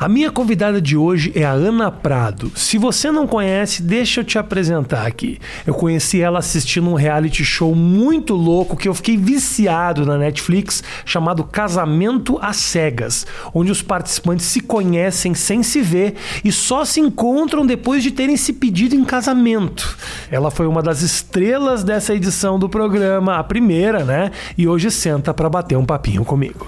A minha convidada de hoje é a Ana Prado. Se você não conhece, deixa eu te apresentar aqui. Eu conheci ela assistindo um reality show muito louco que eu fiquei viciado na Netflix, chamado Casamento às Cegas, onde os participantes se conhecem sem se ver e só se encontram depois de terem se pedido em casamento. Ela foi uma das estrelas dessa edição do programa, a primeira, né? E hoje senta para bater um papinho comigo.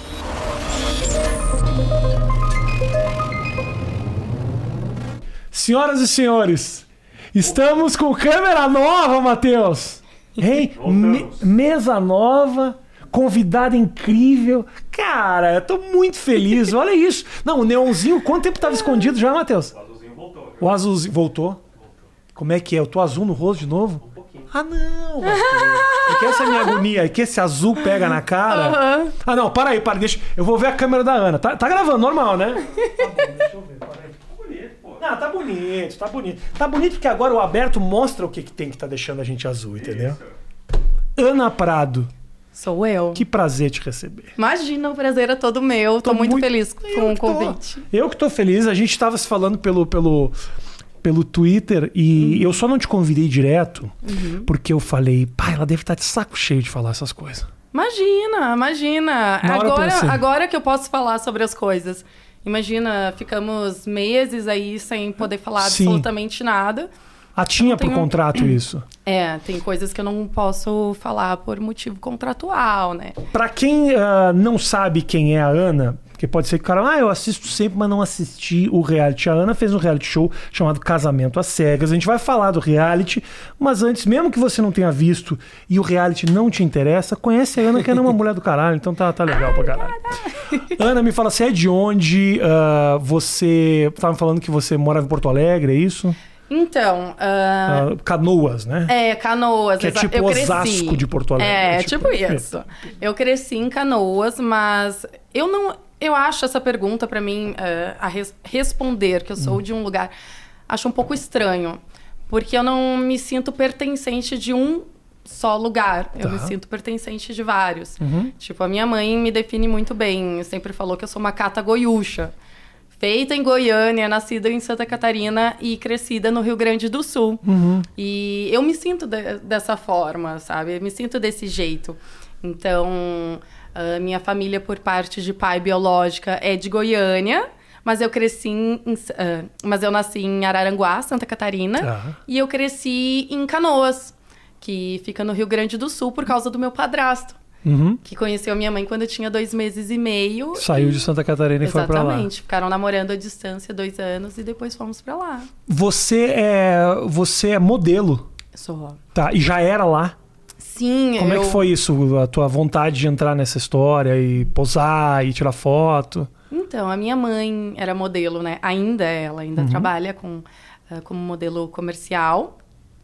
Senhoras e senhores, estamos com câmera nova, Matheus. Hein? Mesa nova, convidada incrível. Cara, eu tô muito feliz, olha isso. Não, o neonzinho, quanto tempo tava escondido já, Matheus? O azulzinho voltou. O azulzinho voltou? Como é que é? Eu tô azul no rosto de novo? Um pouquinho. Ah, não, Matheus. É que essa é a minha agonia, é que esse azul pega na cara. Uhum. Ah, não, para aí, deixa. Eu vou ver a câmera da Ana. Tá gravando, normal, né? Tá bom, deixa eu ver, para aí. Não, tá bonito, tá bonito. Tá bonito porque agora o aberto mostra o que tem que tá deixando a gente azul, entendeu? Isso. Ana Prado, Sou eu. que prazer te receber. Imagina, o prazer é todo meu. Tô muito feliz com o convite. Eu que tô feliz, a gente tava se falando pelo Twitter e eu só não te convidei direto porque eu falei, pai, ela deve estar de saco cheio de falar essas coisas. Imagina. Agora que eu posso falar sobre as coisas. Imagina, ficamos meses aí sem poder falar absolutamente nada. Ah, tinha por contrato isso? É, tem coisas que eu não posso falar por motivo contratual, né? Pra quem não sabe quem é a Ana, porque pode ser que o cara, eu assisto sempre, mas não assisti o reality. A Ana fez um reality show chamado Casamento às Cegas. A gente vai falar do reality, mas antes, mesmo que você não tenha visto e o reality não te interessa, conhece a Ana, que ela é uma mulher do caralho, então tá legal pra caralho. Ana, me fala, você é de onde? Você tava falando que você morava em Porto Alegre, é isso? Então... Canoas, né? É, Canoas. Que é tipo eu Osasco de Porto Alegre. É, tipo isso. Eu cresci em Canoas, mas eu acho essa pergunta pra mim, responder que eu sou de um lugar, acho um pouco estranho. Porque eu não me sinto pertencente de um só lugar. Eu me sinto pertencente de vários. Tipo, a minha mãe me define muito bem. Sempre falou que eu sou uma cata goiúcha. Feita em Goiânia, nascida em Santa Catarina e crescida no Rio Grande do Sul. E eu me sinto dessa forma, sabe? Eu me sinto desse jeito. Então, minha família, por parte de pai biológica, é de Goiânia, mas eu mas eu nasci em Araranguá, Santa Catarina, e eu cresci em Canoas, que fica no Rio Grande do Sul, por causa do meu padrasto. Que conheceu minha mãe quando eu tinha 2 meses e meio. Saiu de Santa Catarina e foi pra lá. Exatamente. Ficaram namorando à distância 2 anos e depois fomos pra lá. Você é modelo. Sou. Tá, e já era lá? Sim, Como é que foi isso? A tua vontade de entrar nessa história e posar e tirar foto? Então, a minha mãe era modelo, né? Ela ainda trabalha como modelo comercial.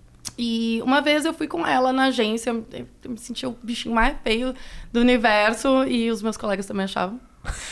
E uma vez eu fui com ela na agência, eu me senti o bichinho mais feio do universo e os meus colegas também achavam.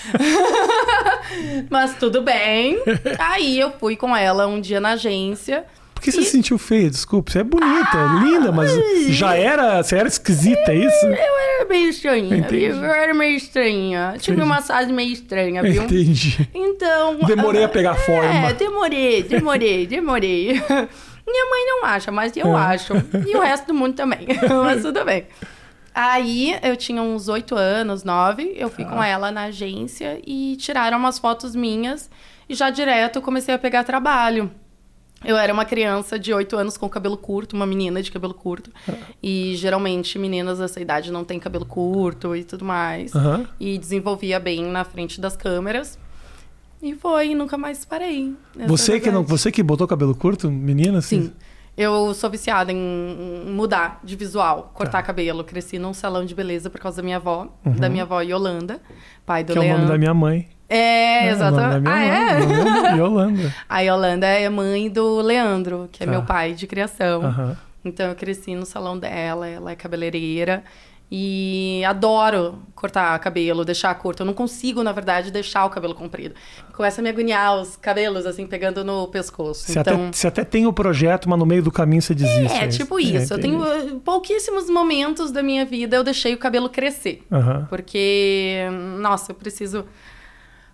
Mas tudo bem. Aí eu fui com ela um dia na agência. Por que você se sentiu feia? Desculpa, você é bonita, linda, mas você era esquisita, é isso? Eu era meio estranha, Entendi. viu? Eu era meio estranha. Tive uma massagem meio estranha, viu? Entendi. Então... Demorei a pegar forma. Demorei. Minha mãe não acha, mas eu acho. E o resto do mundo também. Mas tudo bem. Aí, eu tinha uns 8 anos, 9. Eu fui com ela na agência e tiraram umas fotos minhas. E já direto eu comecei a pegar trabalho. Eu era uma criança de 8 anos com cabelo curto, uma menina de cabelo curto. E geralmente meninas dessa idade não têm cabelo curto e tudo mais. E desenvolvia bem na frente das câmeras. E nunca mais parei. Você que botou cabelo curto, menina? Assim? Sim. Eu sou viciada em mudar de visual, cortar cabelo. Cresci num salão de beleza por causa da minha avó Yolanda, pai do Leandro. Que é o nome da minha mãe. É, exatamente. Yolanda. A Yolanda é mãe do Leandro, que é meu pai de criação. Então eu cresci no salão dela, ela é cabeleireira. E adoro cortar cabelo, deixar curto. Eu não consigo, na verdade, deixar o cabelo comprido. Começa a me agoniar os cabelos, assim, pegando no pescoço. Você até tem o projeto, mas no meio do caminho você desiste. Tipo isso. Eu tenho pouquíssimos momentos da minha vida eu deixei o cabelo crescer. Porque, nossa, eu preciso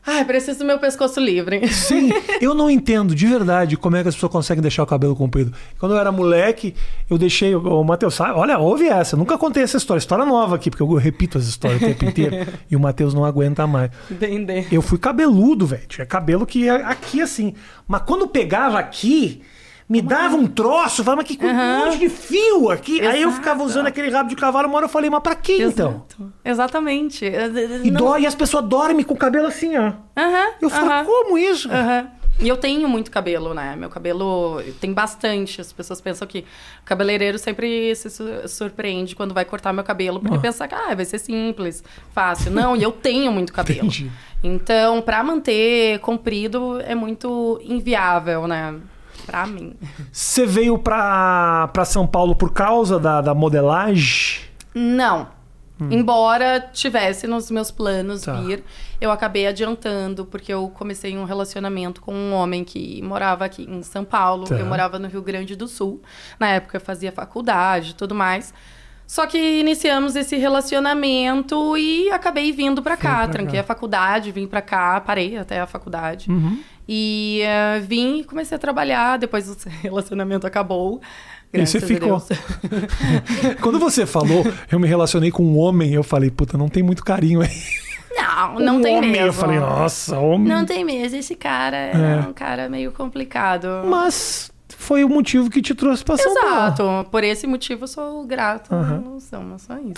Ai, preciso do meu pescoço livre. Sim, eu não entendo de verdade como é que as pessoas conseguem deixar o cabelo comprido. Quando eu era moleque, eu deixei o Matheus, olha, ouve essa, eu nunca contei essa história nova aqui, porque eu repito as histórias o tempo inteiro e o Matheus não aguenta mais. Entendi. Eu fui cabeludo, velho, tinha cabelo que ia aqui assim, mas quando pegava aqui, me dava um troço, falava, mas que um monte de fio aqui. Exato. Aí eu ficava usando aquele rabo de cavalo, uma hora eu falei, mas pra quê então? Exatamente. E as pessoas dormem com o cabelo assim, ó. Eu falo, como isso? E eu tenho muito cabelo, né? Meu cabelo tem bastante. As pessoas pensam que o cabeleireiro sempre se surpreende quando vai cortar meu cabelo, porque pensa que vai ser simples, fácil. Não, e eu tenho muito cabelo. Entendi. Então, pra manter comprido é muito inviável, né? Pra mim. Você veio pra São Paulo por causa da modelagem? Não. Embora tivesse nos meus planos vir, eu acabei adiantando, porque eu comecei um relacionamento com um homem que morava aqui em São Paulo. Eu morava no Rio Grande do Sul. Na época eu fazia faculdade e tudo mais. Só que iniciamos esse relacionamento e acabei vindo pra cá. Tranquei a faculdade, vim pra cá, parei até a faculdade. E vim e comecei a trabalhar. Depois o relacionamento acabou. E você ficou. Quando você falou, eu me relacionei com um homem, eu falei, puta, não tem muito carinho aí. Não tem homem, mesmo. Eu falei, nossa, homem. Não tem mesmo. Esse cara é um cara meio complicado. Mas foi o motivo que te trouxe pra São Paulo. Exato. Por esse motivo eu sou grato. Não só isso.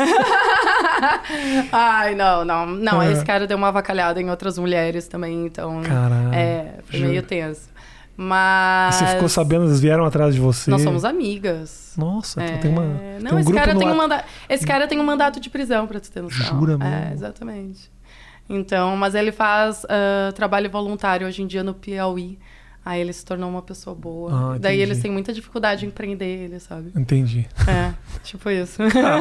Ai, não. Esse cara deu uma avacalhada em outras mulheres também, então... Caralho. Foi meio tenso. Mas... Você ficou sabendo, eles vieram atrás de você? Nós somos amigas. Nossa, então tem uma... Não, tem um esse cara grupo esse cara tem um mandato de prisão, pra tu ter noção. Jura mesmo? Exatamente. Então, mas ele faz trabalho voluntário hoje em dia no Piauí. Aí ele se tornou uma pessoa boa. Daí eles têm muita dificuldade em prender ele, sabe? Entendi. Tipo isso.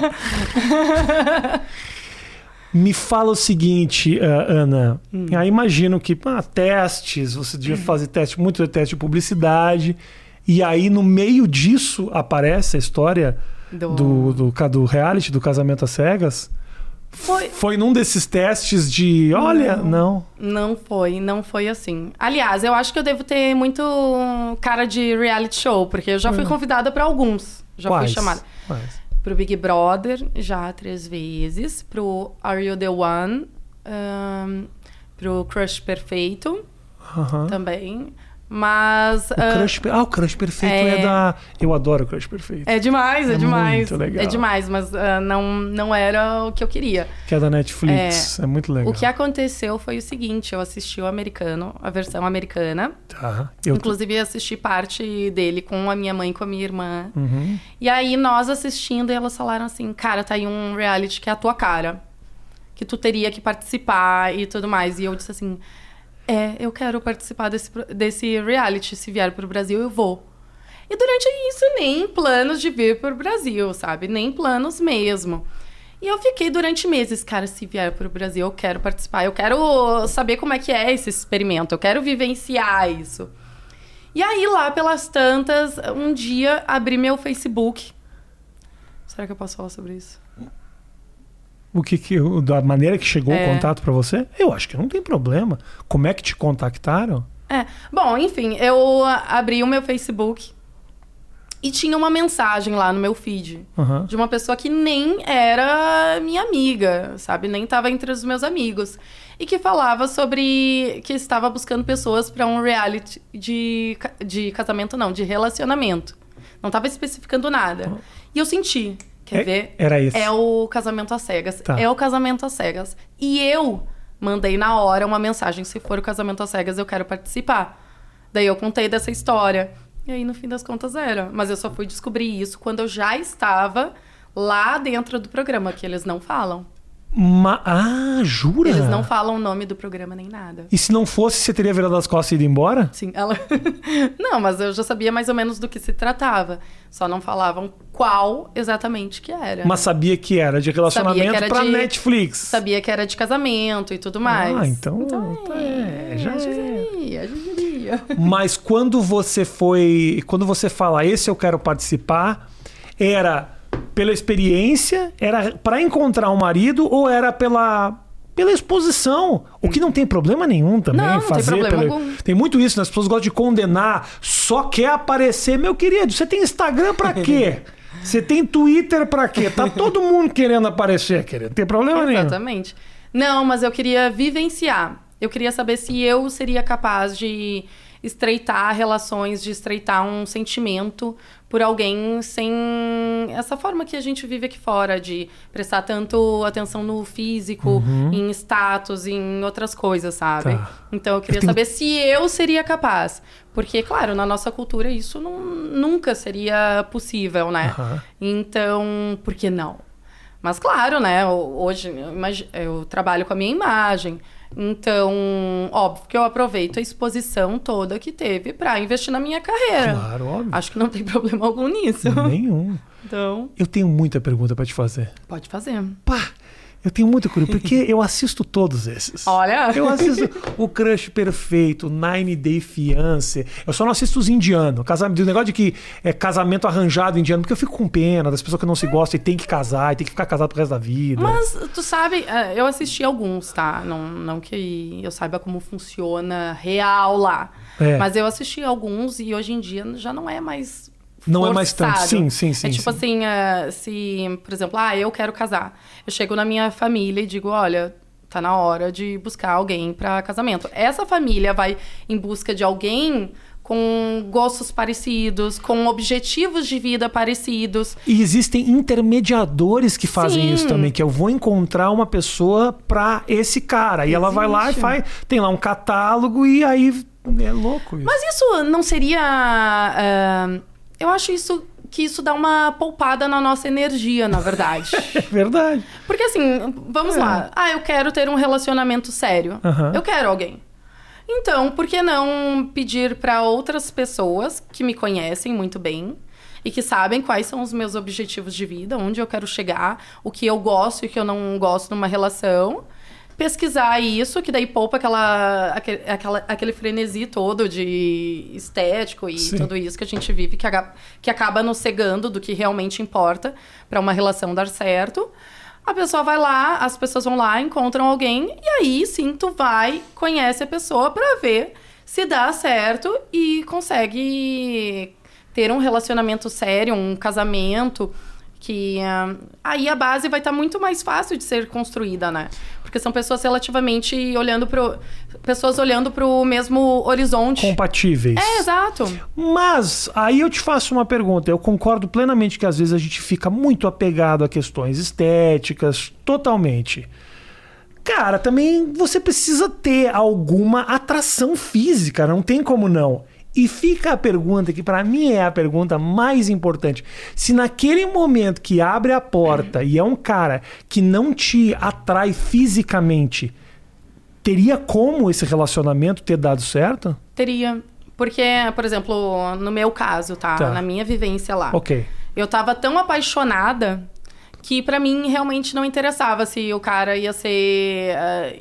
Me fala o seguinte, Ana. Aí imagino que testes, você devia fazer muito teste de publicidade. E aí, no meio disso, aparece a história do reality, do Casamento às Cegas. Foi num desses testes de... Olha, não. Não foi assim. Aliás, eu acho que eu devo ter muito cara de reality show, porque eu já fui convidada para alguns. Fui chamada. Quais? Pro Big Brother, já 3 vezes. Pro Are You The One? Pro Crush Perfeito, também. Mas... O Crush Perfeito é da... Eu adoro o Crush Perfeito. É demais. Muito legal. É demais, mas não era o que eu queria. Que é da Netflix, é muito legal. O que aconteceu foi o seguinte, eu assisti o americano, a versão americana. Inclusive, assisti parte dele com a minha mãe e com a minha irmã. E aí, nós assistindo, e elas falaram assim, cara, tá aí um reality que é a tua cara. Que tu teria que participar e tudo mais. E eu disse assim... eu quero participar desse reality. Se vier pro Brasil, eu vou. E durante isso, nem planos de vir pro Brasil, sabe? Nem planos mesmo. E eu fiquei durante meses, cara, se vier pro Brasil, eu quero participar. Eu quero saber como é que é esse experimento. Eu quero vivenciar isso. E aí, lá pelas tantas, um dia, abri meu Facebook. Será que eu posso falar sobre isso? Da maneira que chegou o contato pra você? Eu acho que não tem problema. Como é que te contactaram? Bom, enfim, eu abri o meu Facebook e tinha uma mensagem lá no meu feed de uma pessoa que nem era minha amiga, sabe? Nem estava entre os meus amigos. E que falava sobre que estava buscando pessoas para um reality de casamento, não, de relacionamento. Não estava especificando nada. E eu senti... Quer ver? Era isso. É o Casamento às Cegas. É o Casamento às Cegas. E eu mandei na hora uma mensagem. Se for o Casamento às Cegas, eu quero participar. Daí eu contei dessa história. E aí, no fim das contas, era. Mas eu só fui descobrir isso quando eu já estava lá dentro do programa, que eles não falam. Jura? Eles não falam o nome do programa nem nada. E se não fosse, você teria virado as costas e ido embora? Sim, ela... Não, mas eu já sabia mais ou menos do que se tratava. Só não falavam qual exatamente que era. Mas sabia que era de relacionamento pra Netflix. Sabia que era de casamento e tudo mais. Então já diria. Mas quando você fala, esse eu quero participar, era... pela experiência, era para encontrar um marido ou era pela exposição. O que não tem problema nenhum também. Não fazer tem problema algum. Tem muito isso, né? As pessoas gostam de condenar, só quer aparecer. Meu querido, você tem Instagram pra quê? Você tem Twitter pra quê? Tá todo mundo querendo aparecer, querido. Não tem problema nenhum. Exatamente. Não, mas eu queria vivenciar. Eu queria saber se eu seria capaz de estreitar relações, de estreitar um sentimento por alguém sem essa forma que a gente vive aqui fora, de prestar tanto atenção no físico, em status, em outras coisas, sabe? Tá. Então eu queria saber se eu seria capaz. Porque, claro, na nossa cultura isso nunca seria possível, né? Então, por que não? Mas claro, né? Hoje eu trabalho com a minha imagem. Então, óbvio que eu aproveito a exposição toda que teve para investir na minha carreira. Claro, óbvio. Acho que não tem problema algum nisso. Nenhum. Então, Eu tenho muita pergunta para te fazer. pode fazer. Pá! Eu tenho muita curiosidade, porque eu assisto todos esses. Olha! Eu assisto o Crush Perfeito, Nine Day Fiancé. Eu só não assisto os indianos. Do negócio de que é casamento arranjado indiano, porque eu fico com pena das pessoas que não se gostam e tem que casar, e tem que ficar casado pro resto da vida. Mas, tu sabe, eu assisti alguns, tá? Não que eu saiba como funciona real lá. Mas eu assisti alguns e hoje em dia já não é mais... Não forçado. é mais tanto. Sim. É tipo assim, se, por exemplo, eu quero casar. Eu chego na minha família e digo, olha, tá na hora de buscar alguém para casamento. Essa família vai em busca de alguém com gostos parecidos, com objetivos de vida parecidos. E existem intermediadores que fazem Sim. isso também, que eu vou encontrar uma pessoa pra esse cara. E ela vai lá e faz, tem lá um catálogo e aí é louco isso. Mas isso não seria... eu acho que isso dá uma poupada na nossa energia, na verdade. É verdade. Porque assim, vamos lá. Eu quero ter um relacionamento sério. Eu quero alguém. Então, por que não pedir para outras pessoas que me conhecem muito bem e que sabem quais são os meus objetivos de vida, onde eu quero chegar, o que eu gosto e o que eu não gosto numa relação, pesquisar isso, que daí poupa aquele frenesi todo de estético e tudo isso que a gente vive, que acaba nos cegando do que realmente importa para uma relação dar certo. A pessoa vai lá, as pessoas vão lá, encontram alguém, e aí sim tu conhece a pessoa para ver se dá certo e consegue ter um relacionamento sério, um casamento, que aí a base vai estar muito mais fácil de ser construída, né? Porque são pessoas relativamente olhando pro mesmo horizonte. Compatíveis. Exato. Mas aí eu te faço uma pergunta. Eu concordo plenamente que às vezes a gente fica muito apegado a questões estéticas, totalmente. Cara, também você precisa ter alguma atração física, não tem como não. E fica a pergunta, que para mim é a pergunta mais importante. Se naquele momento que abre a porta e é um cara que não te atrai fisicamente, teria como esse relacionamento ter dado certo? Teria. Porque, por exemplo, no meu caso, tá? Na minha vivência lá. Ok. Eu tava tão apaixonada que pra mim realmente não interessava se o cara ia ser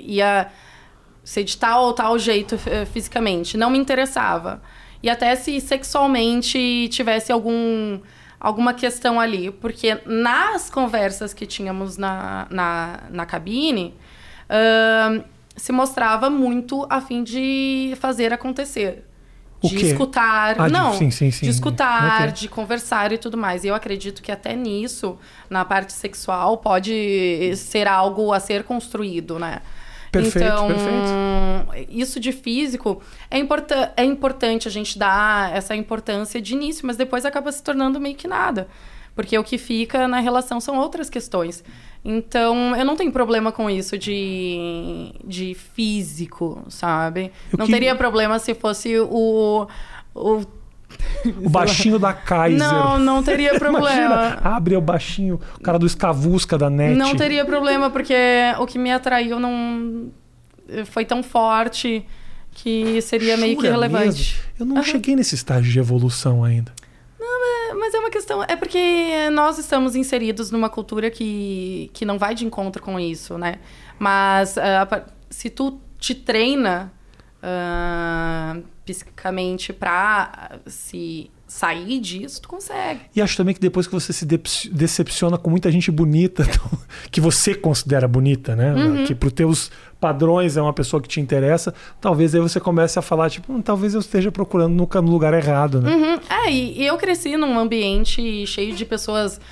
de tal ou tal jeito fisicamente. Não me interessava. E até se sexualmente tivesse alguma questão ali. Porque nas conversas que tínhamos na cabine, se mostrava muito a fim de fazer acontecer. De escutar. De escutar, de conversar e tudo mais. E eu acredito que até nisso, na parte sexual, pode ser algo a ser construído, né? Perfeito, então, perfeito. Isso de físico é importante a gente dar essa importância de início, mas depois acaba se tornando meio que nada. Porque o que fica na relação são outras questões. Então, eu não tenho problema com isso de físico, sabe? Não teria problema se fosse o baixinho da Kaiser. Não teria problema. Imagina, abre o baixinho, o cara do Escavusca da NET. Não teria problema, porque o que me atraiu não foi tão forte que seria meio que irrelevante. Mesmo? Eu não cheguei nesse estágio de evolução ainda. Não, mas é uma questão... É porque nós estamos inseridos numa cultura que não vai de encontro com isso, né? Mas se tu te treina... psiquicamente pra se sair disso, tu consegue. E acho também que depois que você se decepciona com muita gente bonita, que você considera bonita, né? Que pros teus padrões é uma pessoa que te interessa, talvez aí você comece a falar, tipo, talvez eu esteja procurando no lugar errado, né? E eu cresci num ambiente cheio de pessoas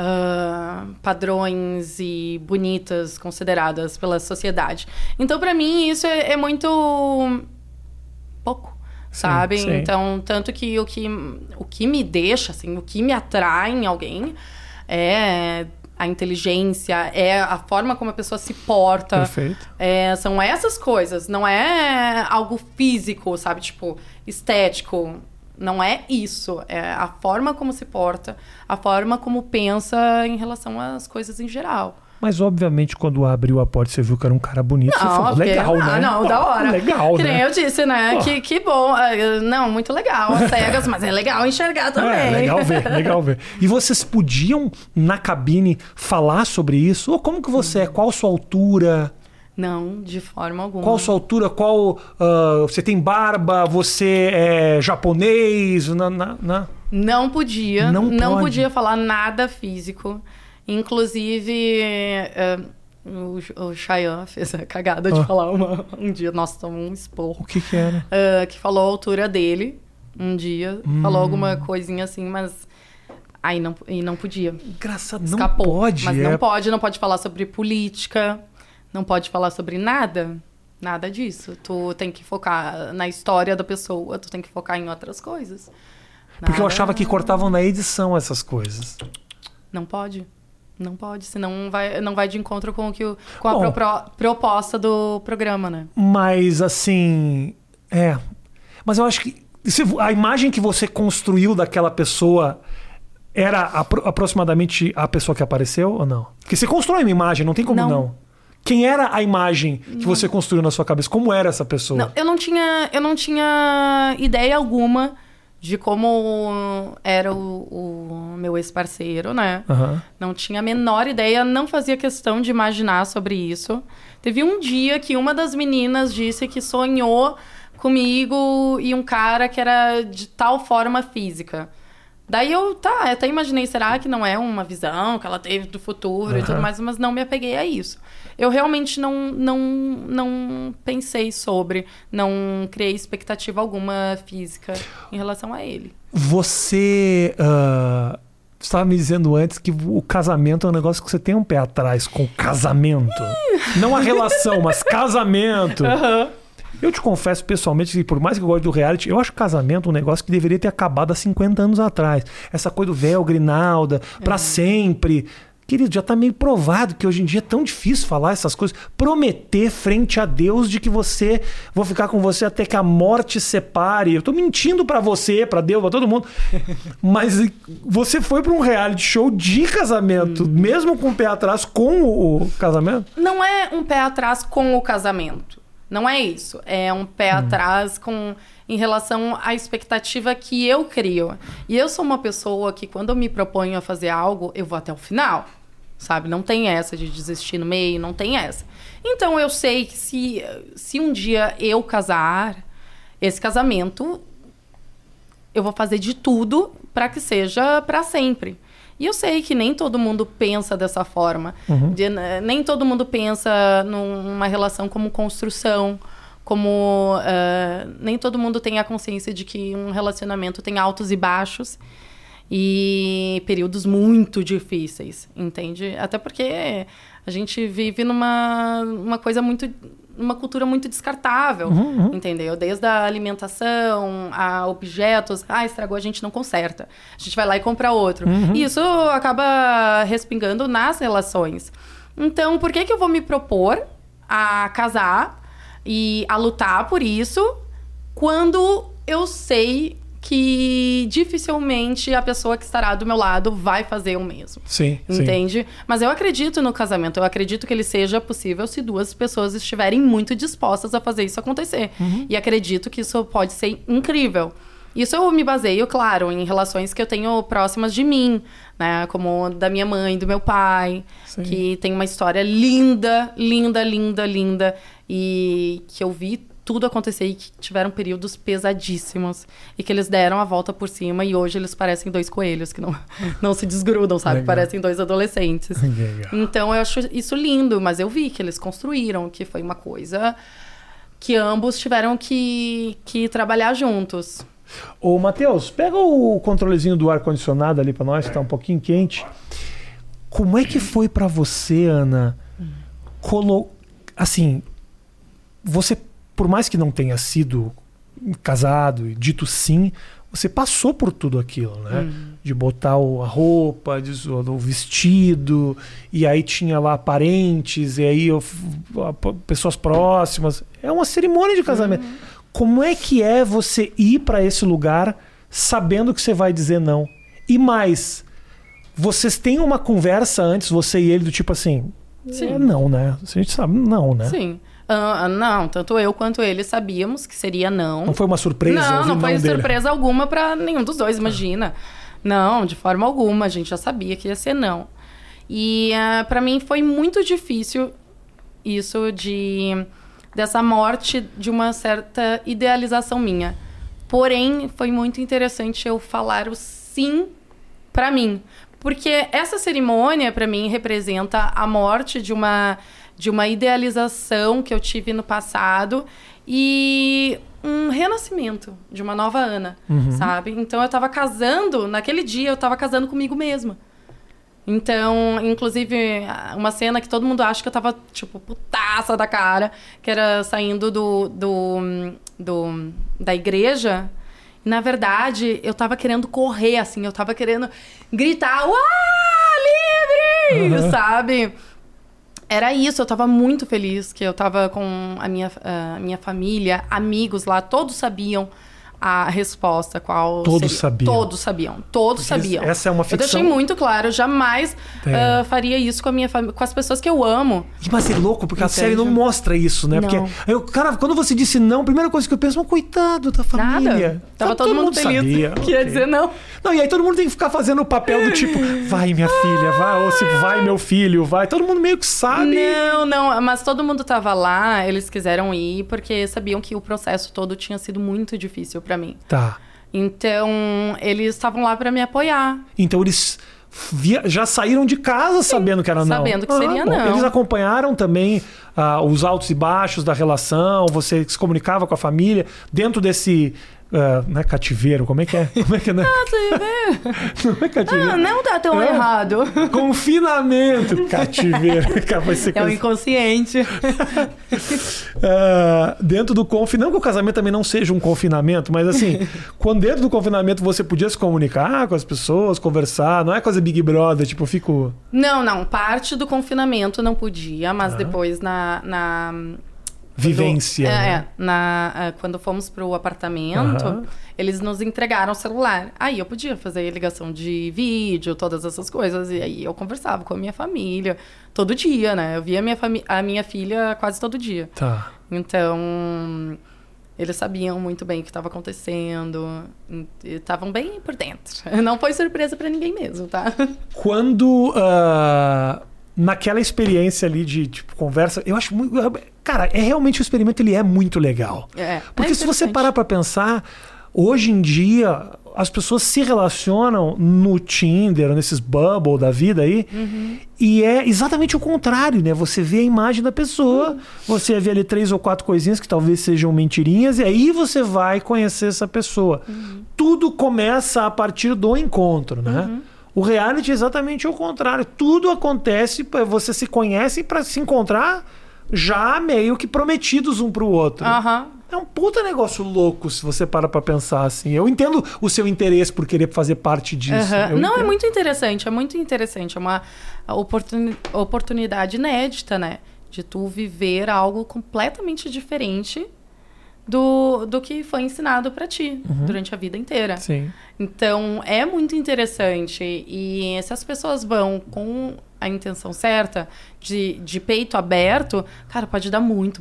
padrões e bonitas consideradas pela sociedade. Então, pra mim, isso é muito pouco, sabe? Sim. Então, tanto que o que me deixa, assim, o que me atrai em alguém é a inteligência, é a forma como a pessoa se porta. Perfeito. São essas coisas, não é algo físico, sabe? Tipo, estético. Não é isso. É a forma como se porta, a forma como pensa em relação às coisas em geral. Mas, obviamente, quando abriu a porta e você viu que era um cara bonito, você falou, legal, né? Não, da hora. Legal, que né? nem eu disse, né? Que bom. Não, muito legal, as cegas, mas é legal enxergar também. Legal ver. E vocês podiam, na cabine, falar sobre isso? Ou como que você é? Qual a sua altura? Não, de forma alguma. Qual a sua altura? Você tem barba? Você é japonês? Não podia. Não pode. Podia falar nada físico. Inclusive, o Chayanne fez a cagada de falar um dia. Nossa, tomou um esporro. O que era? Que falou a altura dele um dia. Falou alguma coisinha assim, mas... Aí não podia. Engraçado, Escapou. Não pode. Mas não pode falar sobre política... Não pode falar sobre nada. Nada disso. Tu tem que focar na história da pessoa. Tu tem que focar em outras coisas. Porque eu achava que cortavam na edição essas coisas. Não pode. Não pode. Senão não vai de encontro com a proposta do programa, né? Mas, assim... Mas eu acho que... A imagem que você construiu daquela pessoa... Era aproximadamente a pessoa que apareceu ou não? Porque você constrói uma imagem, não tem como não. Quem era a imagem que você construiu na sua cabeça? Como era essa pessoa? Não, eu não tinha ideia alguma de como era o meu ex-parceiro, né? Não tinha a menor ideia, não fazia questão de imaginar sobre isso. Teve um dia que uma das meninas disse que sonhou comigo e um cara que era de tal forma física. Daí eu até imaginei, será que não é uma visão que ela teve do futuro e tudo mais, mas não me apeguei a isso. Eu realmente não pensei sobre, não criei expectativa alguma física em relação a ele. Você estava me dizendo antes que o casamento é um negócio que você tem um pé atrás com casamento. Não a relação, mas casamento. Eu te confesso pessoalmente que por mais que eu goste do reality, eu acho casamento um negócio que deveria ter acabado há 50 anos atrás. Essa coisa do véu, grinalda, pra sempre. Querido, já tá meio provado que hoje em dia é tão difícil falar essas coisas. Prometer frente a Deus de que vou ficar com você até que a morte separe. Eu tô mentindo pra você, pra Deus, pra todo mundo. Mas você foi pra um reality show de casamento, mesmo com o pé atrás com o casamento? Não é um pé atrás com o casamento. Não é isso. É um pé atrás em relação à expectativa que eu crio. E eu sou uma pessoa que, quando eu me proponho a fazer algo, eu vou até o final. Sabe? Não tem essa de desistir no meio, não tem essa. Então, eu sei que se um dia eu casar, esse casamento, eu vou fazer de tudo para que seja para sempre. E eu sei que nem todo mundo pensa dessa forma. Nem todo mundo pensa numa relação como construção, nem todo mundo tem a consciência de que um relacionamento tem altos e baixos e períodos muito difíceis, entende? Até porque a gente vive numa coisa muito... uma cultura muito descartável, entendeu? Desde a alimentação, a objetos. Estragou, a gente não conserta. A gente vai lá e compra outro. E isso acaba respingando nas relações. Então, por que eu vou me propor a casar e a lutar por isso quando eu sei que dificilmente a pessoa que estará do meu lado vai fazer o mesmo. Sim, entende? Mas eu acredito no casamento. Eu acredito que ele seja possível se duas pessoas estiverem muito dispostas a fazer isso acontecer. E acredito que isso pode ser incrível. Isso eu me baseio, claro, em relações que eu tenho próximas de mim, né? Como da minha mãe, do meu pai, que tem uma história linda, linda, linda, linda. E que eu vi tudo acontecer e que tiveram períodos pesadíssimos. E que eles deram a volta por cima e hoje eles parecem 2 coelhos que não se desgrudam, sabe? Legal. Parecem 2 adolescentes. Legal. Então eu acho isso lindo, mas eu vi que eles construíram, que foi uma coisa que ambos tiveram que trabalhar juntos. Ô, Matheus, pega o controlezinho do ar-condicionado ali pra nós, que tá um pouquinho quente. Como é que foi pra você, Ana, assim, você, por mais que não tenha sido casado e dito sim, você passou por tudo aquilo, né? De botar a roupa, o vestido, e aí tinha lá parentes, e aí pessoas próximas. É uma cerimônia de casamento. Como é que é você ir para esse lugar sabendo que você vai dizer não? E mais, vocês têm uma conversa antes, você e ele, do tipo assim... Sim. Não, né? A gente sabe, não, né? Sim. Não, tanto eu quanto ele sabíamos que seria não. Não foi uma surpresa? Não foi dele. surpresa alguma para nenhum dos dois, imagina. Não, de forma alguma, a gente já sabia que ia ser não. E para mim foi muito difícil isso dessa morte de uma certa idealização minha. Porém, foi muito interessante eu falar o sim para mim. Porque essa cerimônia, para mim, representa a morte de uma idealização que eu tive no passado e um renascimento de uma nova Ana, sabe? Então, eu tava casando, naquele dia, eu tava casando comigo mesma. Então, inclusive, uma cena que todo mundo acha que eu tava, tipo, putaça da cara, que era saindo da igreja. Na verdade, eu tava querendo correr, assim, eu tava querendo gritar, livre! Sabe? Era isso, eu tava muito feliz, que eu tava com a minha família, amigos lá, todos sabiam a resposta, qual Todos seria. sabiam. Todos sabiam. Essa é uma ficção. Eu deixei muito claro, eu jamais faria isso com a minha família, com as pessoas que eu amo. Mas é louco, porque Entende? a série não mostra isso, né? Não. Porque, cara, quando você disse não, a primeira coisa que eu penso, coitado da família. Nada. Tava todo mundo feliz sabia. que ia dizer não. Não, e aí todo mundo tem que ficar fazendo o papel do tipo, vai minha filha, vai, ou se vai meu filho, vai. Todo mundo meio que sabe. Não, mas todo mundo tava lá, eles quiseram ir porque sabiam que o processo todo tinha sido muito difícil pra mim. Tá. Então, eles estavam lá pra me apoiar. Então eles já saíram de casa sabendo que era não. Sabendo que seria bom. não. Eles acompanharam também os altos e baixos da relação, você se comunicava com a família dentro desse... não é cativeiro, como é que é? Como é que é, né? Não é cativeiro. Não tá tão errado. Confinamento. Cativeiro. Vai ser É o inconsciente. Dentro do confinamento, não que o casamento também não seja um confinamento, mas assim, quando dentro do confinamento você podia se comunicar com as pessoas, conversar, não é coisa Big Brother, tipo, eu fico... Não, parte do confinamento não podia, mas depois na vivência. Quando fomos pro apartamento, eles nos entregaram o celular. Aí eu podia fazer ligação de vídeo, todas essas coisas. E aí eu conversava com a minha família todo dia, né? Eu via a minha filha quase todo dia. Tá. Então, eles sabiam muito bem o que estava acontecendo. E estavam bem por dentro. Não foi surpresa para ninguém mesmo, tá? Quando... naquela experiência ali de tipo, conversa, eu acho muito... Cara, realmente o experimento ele é muito legal. Porque se você parar pra pensar, hoje em dia, as pessoas se relacionam no Tinder, nesses Bubble da vida aí, e é exatamente o contrário, né? Você vê a imagem da pessoa, você vê ali 3 ou 4 coisinhas que talvez sejam mentirinhas, e aí você vai conhecer essa pessoa. Tudo começa a partir do encontro, né? O reality é exatamente o contrário. Tudo acontece, você se conhece para se encontrar já meio que prometidos um pro outro. É um puta negócio louco se você para pra pensar assim. Eu entendo o seu interesse por querer fazer parte disso. Não, é muito interessante, é muito interessante. É uma oportunidade inédita, né? De tu viver algo completamente diferente do que foi ensinado para ti durante a vida inteira. Sim. Então, é muito interessante. E se as pessoas vão com a intenção certa, de peito aberto, cara, pode dar muito bom.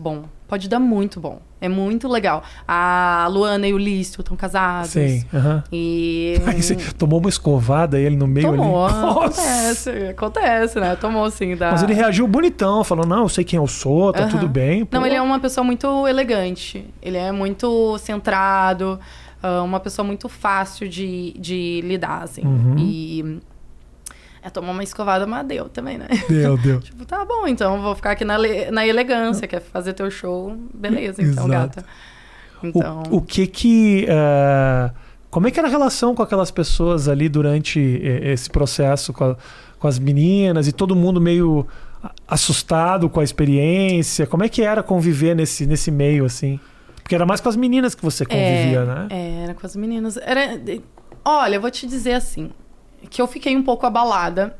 pode dar muito bom. É muito legal. A Luana e o Lício estão casados. Sim, E... Aí você tomou uma escovada ele no meio Tomou, ali. acontece, né? Tomou sim. Mas ele reagiu bonitão, falou, não, eu sei quem eu sou, tá tudo bem. Não, ele é uma pessoa muito elegante. Ele é muito centrado, uma pessoa muito fácil de lidar, assim. E... tomou uma escovada, mas deu também, né? Deu. Tipo, tá bom, então vou ficar aqui na elegância, quer fazer teu show, beleza, então, gata. Então... O que como é que era a relação com aquelas pessoas ali durante esse processo com as meninas e todo mundo meio assustado com a experiência? Como é que era conviver nesse meio, assim? Porque era mais com as meninas que você convivia, né? Era com as meninas. Olha, eu vou te dizer assim, que eu fiquei um pouco abalada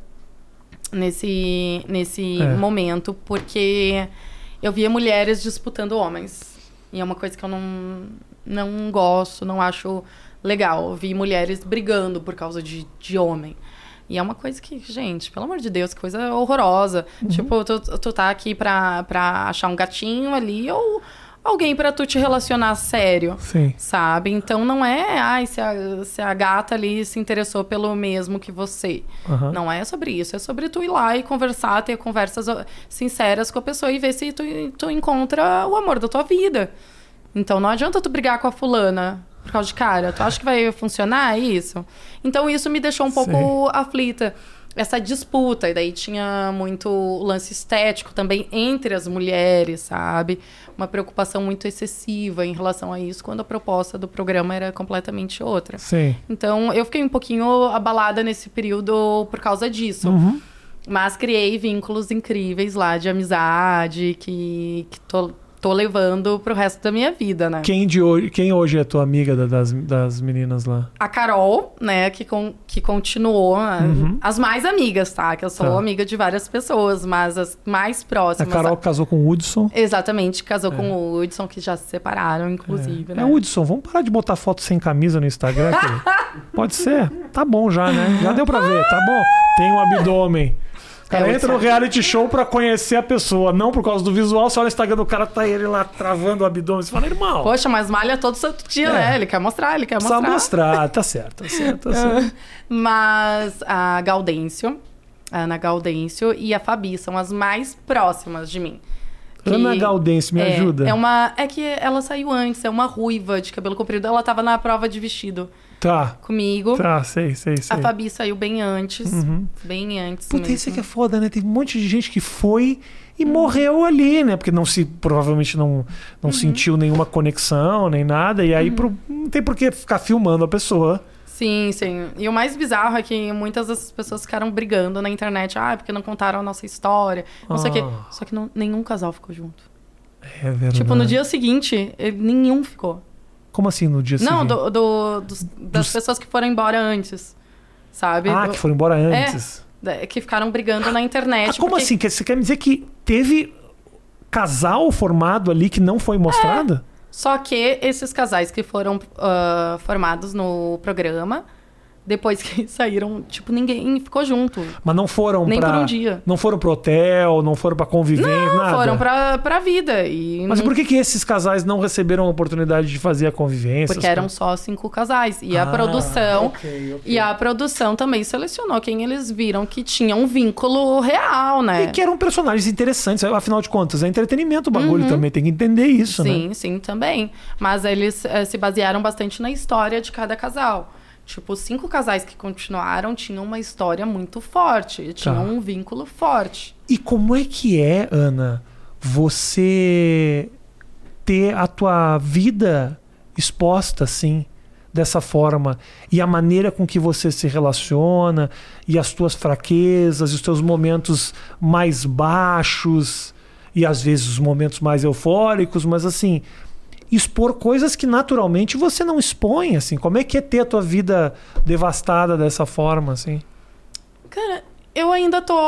nesse momento, porque eu via mulheres disputando homens. E é uma coisa que eu não gosto, não acho legal. Eu vi mulheres brigando por causa de homem. E é uma coisa que, gente, pelo amor de Deus, que coisa horrorosa. Tipo, tu tá aqui pra achar um gatinho ali ou... alguém pra tu te relacionar sério, sim, sabe? Então não é, se a gata ali se interessou pelo mesmo que você. Não é sobre isso, é sobre tu ir lá e conversar, ter conversas sinceras com a pessoa e ver se tu encontra o amor da tua vida. Então não adianta tu brigar com a fulana por causa de cara. Tu acha que vai funcionar isso? Então isso me deixou um pouco aflita. Essa disputa, e daí tinha muito lance estético também entre as mulheres, sabe? Uma preocupação muito excessiva em relação a isso, quando a proposta do programa era completamente outra. Sim. Então, eu fiquei um pouquinho abalada nesse período por causa disso. Mas criei vínculos incríveis lá de amizade, que tô levando pro resto da minha vida, né? Quem hoje é tua amiga das meninas lá? A Carol, né, que continuou. As mais amigas, tá? Que eu sou amiga de várias pessoas, mas as mais próximas. A Carol casou com o Hudson. Exatamente, casou com o Hudson, que já se separaram, inclusive, né? Hudson, vamos parar de botar foto sem camisa no Instagram? Pode ser? Tá bom já, né? Já deu pra ver, tá bom. Tem um abdômen. O cara entra no reality show pra conhecer a pessoa, não por causa do visual. Você olha o Instagram do cara, tá ele lá travando o abdômen. Você fala, irmão... Poxa, mas malha todo santo dia, né? Ele quer mostrar, Precisa mostrar, tá certo. Mas a Ana Gaudêncio e a Fabi são as mais próximas de mim. Ana Gaudêncio, me ajuda? É que ela saiu antes, é uma ruiva de cabelo comprido. Ela tava na prova de vestido. Comigo. Sei. A Fabi saiu bem antes. Bem antes. Puta, isso é que é foda, né? Tem um monte de gente que foi e morreu ali, né? Porque provavelmente não sentiu nenhuma conexão, nem nada. E aí não tem por que ficar filmando a pessoa. Sim. E o mais bizarro é que muitas dessas pessoas ficaram brigando na internet. Porque não contaram a nossa história. Não sei o quê. Só que nenhum casal ficou junto. É verdade. Tipo, no dia seguinte, nenhum ficou. Como assim no dia seguinte? Não, das pessoas que foram embora antes, sabe? Que foram embora antes. Que ficaram brigando na internet. Como assim? Você quer me dizer que teve casal formado ali que não foi mostrado? Só que esses casais que foram formados no programa... Depois que saíram, tipo, ninguém ficou junto. Mas não foram nem por um dia. Não foram pro hotel, não foram pra convivência, nada? Foram pra vida. Mas por que esses casais não receberam a oportunidade de fazer a convivência? Porque eram só 5 casais. E a produção... Okay. E a produção também selecionou quem eles viram que tinha um vínculo real, né? E que eram personagens interessantes. Afinal de contas, é entretenimento o bagulho também. Tem que entender isso, né? Sim, também. Mas eles se basearam bastante na história de cada casal. Tipo, 5 casais que continuaram tinham uma história muito forte. Tinham um vínculo forte. E como é que é, Ana, você ter a tua vida exposta, assim, dessa forma? E a maneira com que você se relaciona, e as tuas fraquezas, e os teus momentos mais baixos, e às vezes os momentos mais eufóricos, mas assim... expor coisas que naturalmente você não expõe, assim. Como é que é ter a tua vida devastada dessa forma, assim? Cara, eu ainda tô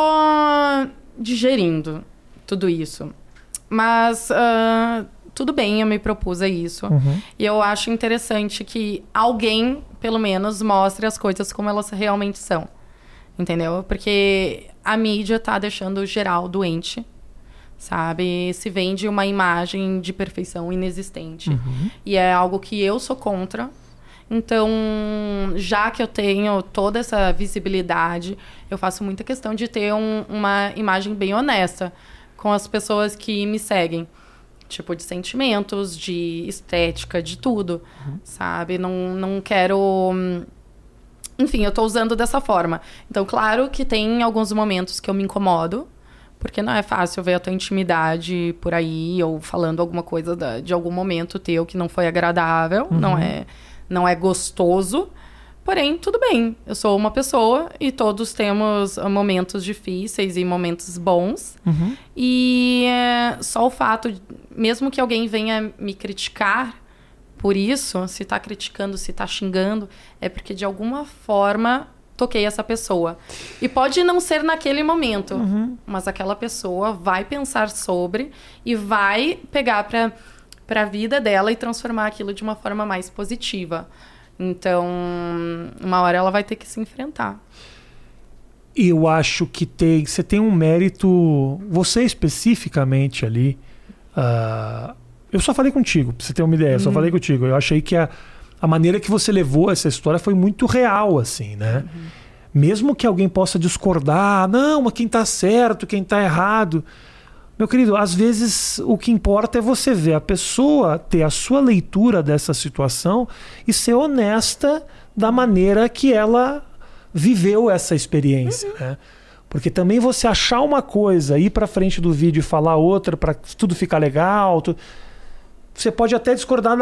digerindo tudo isso. Mas tudo bem, eu me propus a isso. E eu acho interessante que alguém, pelo menos, mostre as coisas como elas realmente são. Entendeu? Porque a mídia tá deixando geral doente. sabe? Se vende uma imagem de perfeição inexistente. E é algo que eu sou contra. Então, já que eu tenho toda essa visibilidade, eu faço muita questão de ter uma imagem bem honesta com as pessoas que me seguem. Tipo, de sentimentos, de estética, de tudo, sabe? Não quero... Enfim, eu tô usando dessa forma. Então, claro que tem alguns momentos que eu me incomodo, porque não é fácil ver a tua intimidade por aí, ou falando alguma coisa de algum momento teu que não foi agradável, não é gostoso. Porém, tudo bem. Eu sou uma pessoa e todos temos momentos difíceis e momentos bons. E só o fato, mesmo que alguém venha me criticar por isso, se tá criticando, se tá xingando, é porque de alguma forma toquei essa pessoa. E pode não ser naquele momento, mas aquela pessoa vai pensar sobre e vai pegar para a vida dela e transformar aquilo de uma forma mais positiva. Então, uma hora ela vai ter que se enfrentar. Eu acho que você tem um mérito, você especificamente ali. Eu só falei contigo, pra você ter uma ideia, só falei contigo. Eu achei que a maneira que você levou essa história foi muito real, assim, né? Mesmo que alguém possa discordar, não, mas quem tá certo, quem tá errado. Meu querido, às vezes o que importa é você ver a pessoa, ter a sua leitura dessa situação e ser honesta da maneira que ela viveu essa experiência, né? Porque também você achar uma coisa, ir pra frente do vídeo e falar outra para tudo ficar legal, você pode até discordar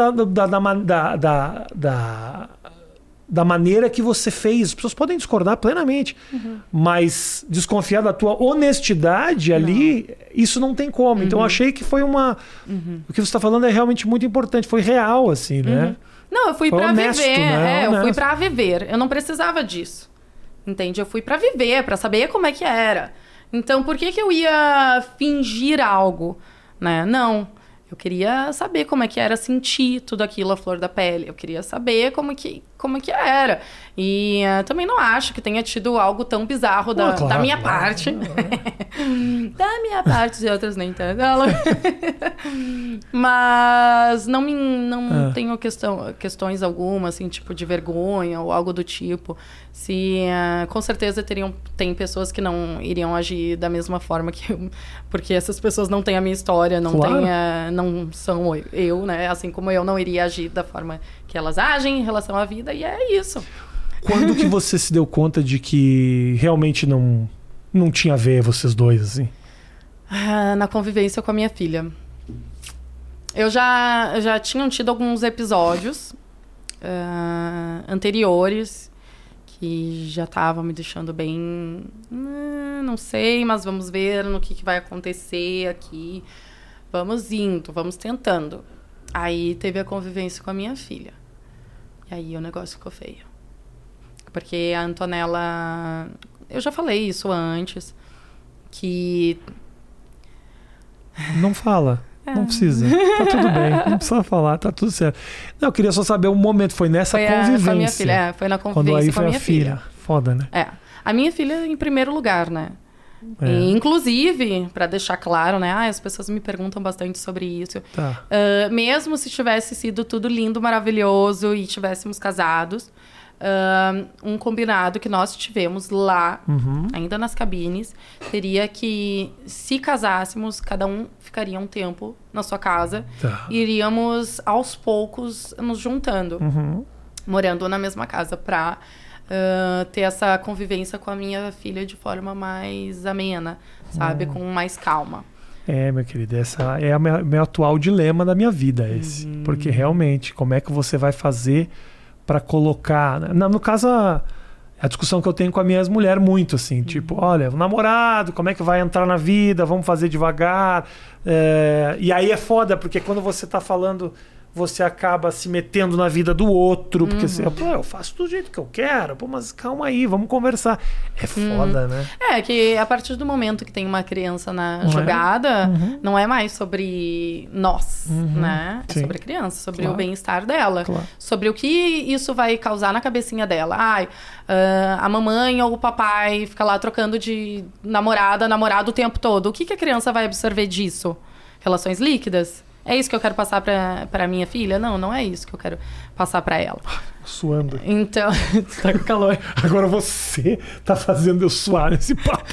da maneira que você fez. As pessoas podem discordar plenamente, mas desconfiar da tua honestidade ali, isso não tem como. Então eu achei que foi uma... O que você está falando é realmente muito importante, foi real, assim, né? Não, eu fui foi pra honesto, viver. né? Eu fui pra viver. Eu não precisava disso. Entende? Eu fui pra viver, pra saber como é que era. Então, por que eu ia fingir algo, né? Não. Eu queria saber como é que era sentir tudo aquilo à flor da pele. Eu queria saber como que era. E também não acho que tenha tido algo tão bizarro da minha parte. Da minha parte, de outras nem tanto. Mas não tenho questões algumas, assim, tipo de vergonha ou algo do tipo. Com certeza tem pessoas que não iriam agir da mesma forma que eu, porque essas pessoas não têm a minha história, não são eu, né? Assim como eu não iria agir da forma que elas agem em relação à vida, e é isso. Quando que você se deu conta de que realmente não tinha a ver vocês dois, assim? Na convivência com a minha filha. Eu já tinha tido alguns episódios anteriores que já estavam me deixando bem... não sei, mas vamos ver no que vai acontecer aqui. Vamos indo, vamos tentando. Aí teve a convivência com a minha filha. E aí o negócio ficou feio. Porque a Antonella... Eu já falei isso antes, que... Não fala. Não precisa. Tá tudo bem. Não precisa falar, tá tudo certo. Não, eu queria só saber um momento. Foi nessa convivência. Foi a minha filha. Foi na convivência quando aí com a minha filha. Foda, né? A minha filha em primeiro lugar, né? E, inclusive, para deixar claro, né? As pessoas me perguntam bastante sobre isso. Tá. Mesmo se tivesse sido tudo lindo, maravilhoso e tivéssemos casados, um combinado que nós tivemos lá, ainda nas cabines, seria que, se casássemos, cada um ficaria um tempo na sua casa. Tá. E iríamos, aos poucos, nos juntando, morando na mesma casa, pra ter essa convivência com a minha filha de forma mais amena, sabe? Com mais calma. Meu querido, essa é o meu atual dilema da minha vida, esse. Porque realmente, como é que você vai fazer para colocar... No caso, a discussão que eu tenho com a minha ex-mulher muito, assim, tipo, olha, o namorado, como é que vai entrar na vida, vamos fazer devagar. E aí é foda, porque quando você tá falando você acaba se metendo na vida do outro, porque você, pô, eu faço do jeito que eu quero, pô, mas calma aí, vamos conversar. É foda, né? É que a partir do momento que tem uma criança na jogada, não é mais sobre nós, né? É sobre a criança, sobre o bem-estar dela, sobre o que isso vai causar na cabecinha dela. A mamãe ou o papai fica lá trocando de namorado o tempo todo. O que a criança vai absorver disso? Relações líquidas? É isso que eu quero passar pra minha filha? Não é isso que eu quero passar pra ela. Suando. Então, tá com calor. Agora você tá fazendo eu suar nesse papo.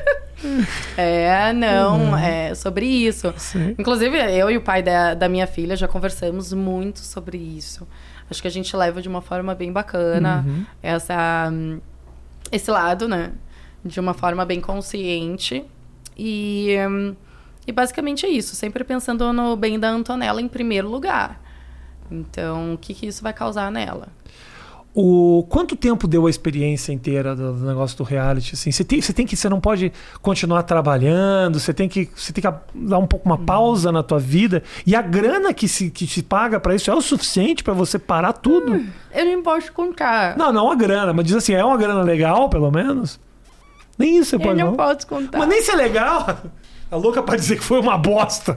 É sobre isso. Sim. Inclusive, eu e o pai da minha filha já conversamos muito sobre isso. Acho que a gente leva de uma forma bem bacana esse lado, né? De uma forma bem consciente. E basicamente é isso. Sempre pensando no bem da Antonella em primeiro lugar. Então, o que isso vai causar nela? Quanto tempo deu a experiência inteira do negócio do reality? Assim, você não pode continuar trabalhando, você tem que dar um pouco uma pausa na tua vida. E a grana que se paga pra isso é o suficiente pra você parar tudo? Eu não posso contar. Não a grana, mas diz assim, é uma grana legal, pelo menos? Nem isso você pode não posso contar. Mas nem se é legal. A louca pra dizer que foi uma bosta.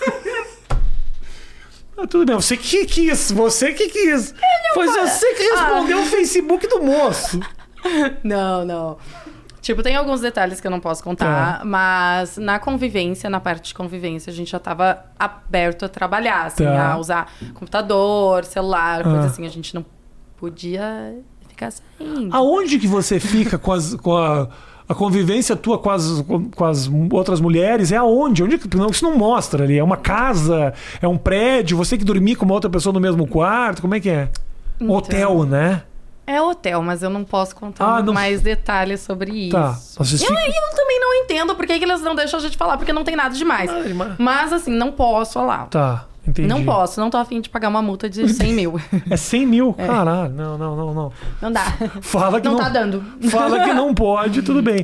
Tudo bem, você que quis. Foi você que respondeu o Facebook do moço. Não. Tipo, tem alguns detalhes que eu não posso contar, mas na convivência, na parte de convivência, a gente já tava aberto a trabalhar, assim, a usar computador, celular, coisa assim. A gente não podia ficar saindo. Aonde que você fica com a convivência tua com as outras mulheres? É aonde? Isso não mostra ali. É uma casa? É um prédio? Você que dormir com uma outra pessoa no mesmo quarto? Como é que é? Então, hotel, né? É hotel, mas eu não posso contar mais detalhes sobre isso. Tá. Eu também não entendo por que eles não deixam a gente falar, porque não tem nada demais. Mas assim, não posso falar. Tá. Entendi. Não posso, não tô afim de pagar uma multa de 100 mil. É 100 mil? É. Caralho, não. Não dá. Fala que não tá dando. Fala que não pode, tudo bem.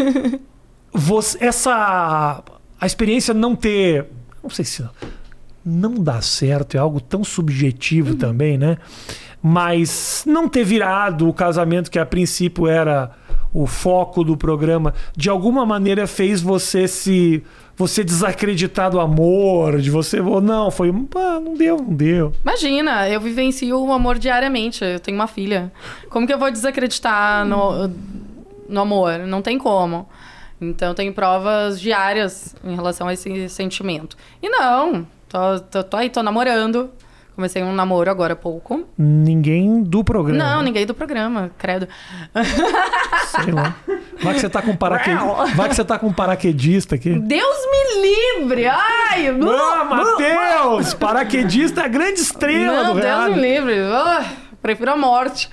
A experiência não ter... Não sei se... Não dá certo, é algo tão subjetivo também, né? Mas não ter virado o casamento que a princípio era o foco do programa, de alguma maneira fez você desacreditar do amor, de você... Não, foi... não deu. Imagina, eu vivencio o amor diariamente, eu tenho uma filha. Como que eu vou desacreditar no amor? Não tem como. Então, eu tenho provas diárias em relação a esse sentimento. E não, tô namorando. Comecei um namoro agora há pouco. Ninguém do programa? Não, ninguém do programa, credo. Sei lá. Vai que você tá com um paraquedista aqui. Deus me livre! Ai! Matheus! Paraquedista é a grande estrela do reality. Deus me livre! Prefiro a morte.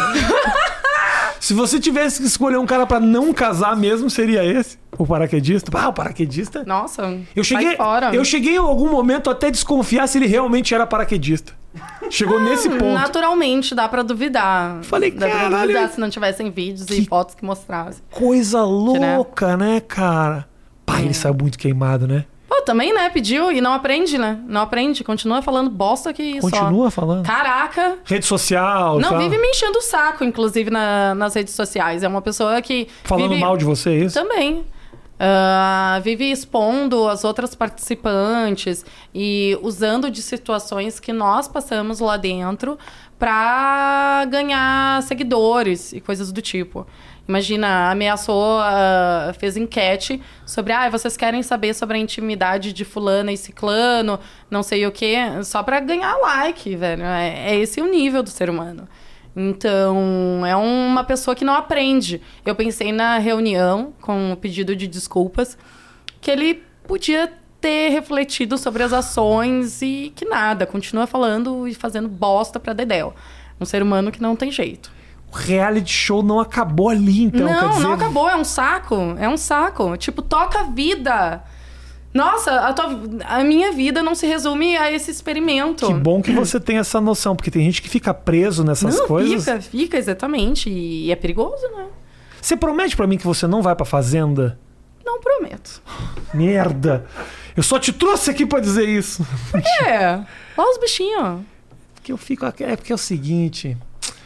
Se você tivesse que escolher um cara pra não casar mesmo, seria esse? O paraquedista? O paraquedista? Nossa, sai fora. Eu cheguei em algum momento até desconfiar se ele realmente era paraquedista. Chegou nesse ponto. Naturalmente, dá pra duvidar. Falei, dá caralho. pra duvidar se não tivessem vídeos e fotos que mostrassem. Coisa louca, né, cara? Ele saiu muito queimado, né? Pô, também, né? Pediu e não aprende, né? Não aprende. Continua falando bosta que Continua falando. Caraca. Rede social. Não, vive me enchendo o saco, inclusive, nas redes sociais. É uma pessoa que... Falando mal de você, é isso? Também. Vive expondo as outras participantes e usando de situações que nós passamos lá dentro pra ganhar seguidores e coisas do tipo. Imagina, ameaçou, fez enquete sobre... vocês querem saber sobre a intimidade de fulana e ciclano, não sei o quê, só pra ganhar like, velho. É esse o nível do ser humano. Então, é uma pessoa que não aprende. Eu pensei na reunião, com o pedido de desculpas, que ele podia ter refletido sobre as ações e que nada, continua falando e fazendo bosta pra dedéu. Um ser humano que não tem jeito. O reality show não acabou ali, então, quer dizer... Não acabou, é um saco. Tipo, toca a vida. Nossa, a minha vida não se resume a esse experimento. Que bom que você tem essa noção, porque tem gente que fica preso nessas coisas. Fica, exatamente. E é perigoso, né? Você promete pra mim que você não vai pra fazenda? Não prometo. Merda. Eu só te trouxe aqui pra dizer isso. Por quê? Olha os bichinhos. Porque eu fico... porque é o seguinte...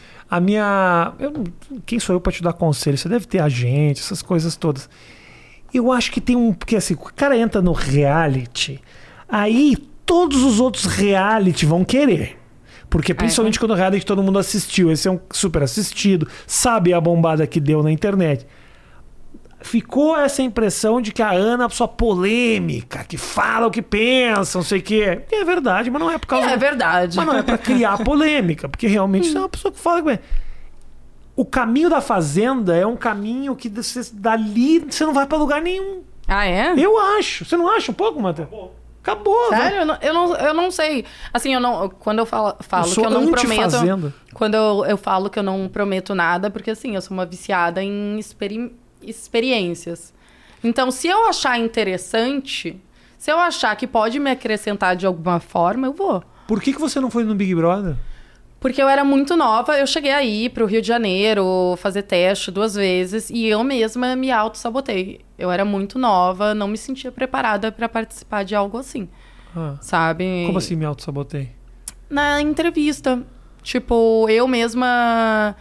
Quem sou eu pra te dar conselho? Você deve ter agente, essas coisas todas. Eu acho que tem um... Porque assim, o cara entra no reality, aí todos os outros reality vão querer. Porque principalmente quando o reality todo mundo assistiu. Esse é um super assistido. Sabe a bombada que deu na internet. Ficou essa impressão de que a Ana é uma pessoa polêmica, que fala o que pensa, não sei o quê. E é verdade, mas não é por causa... É verdade. Mas não é pra criar polêmica, porque realmente é uma pessoa que fala... O caminho da Fazenda é um caminho que dali você não vai pra lugar nenhum. Ah, é? Eu acho. Você não acha um pouco, Mata? Acabou. Sério? Né? Eu não sei. Assim, quando eu falo que eu não prometo... Quando eu falo que eu não prometo nada, porque assim, eu sou uma viciada em experiências. Então, se eu achar interessante, se eu achar que pode me acrescentar de alguma forma, eu vou. Por que você não foi no Big Brother? Porque eu era muito nova, eu cheguei aí pro Rio de Janeiro fazer teste 2 vezes e eu mesma me auto-sabotei. Eu era muito nova, não me sentia preparada pra participar de algo assim, sabe? Como assim me auto-sabotei? Na entrevista. Tipo, eu mesma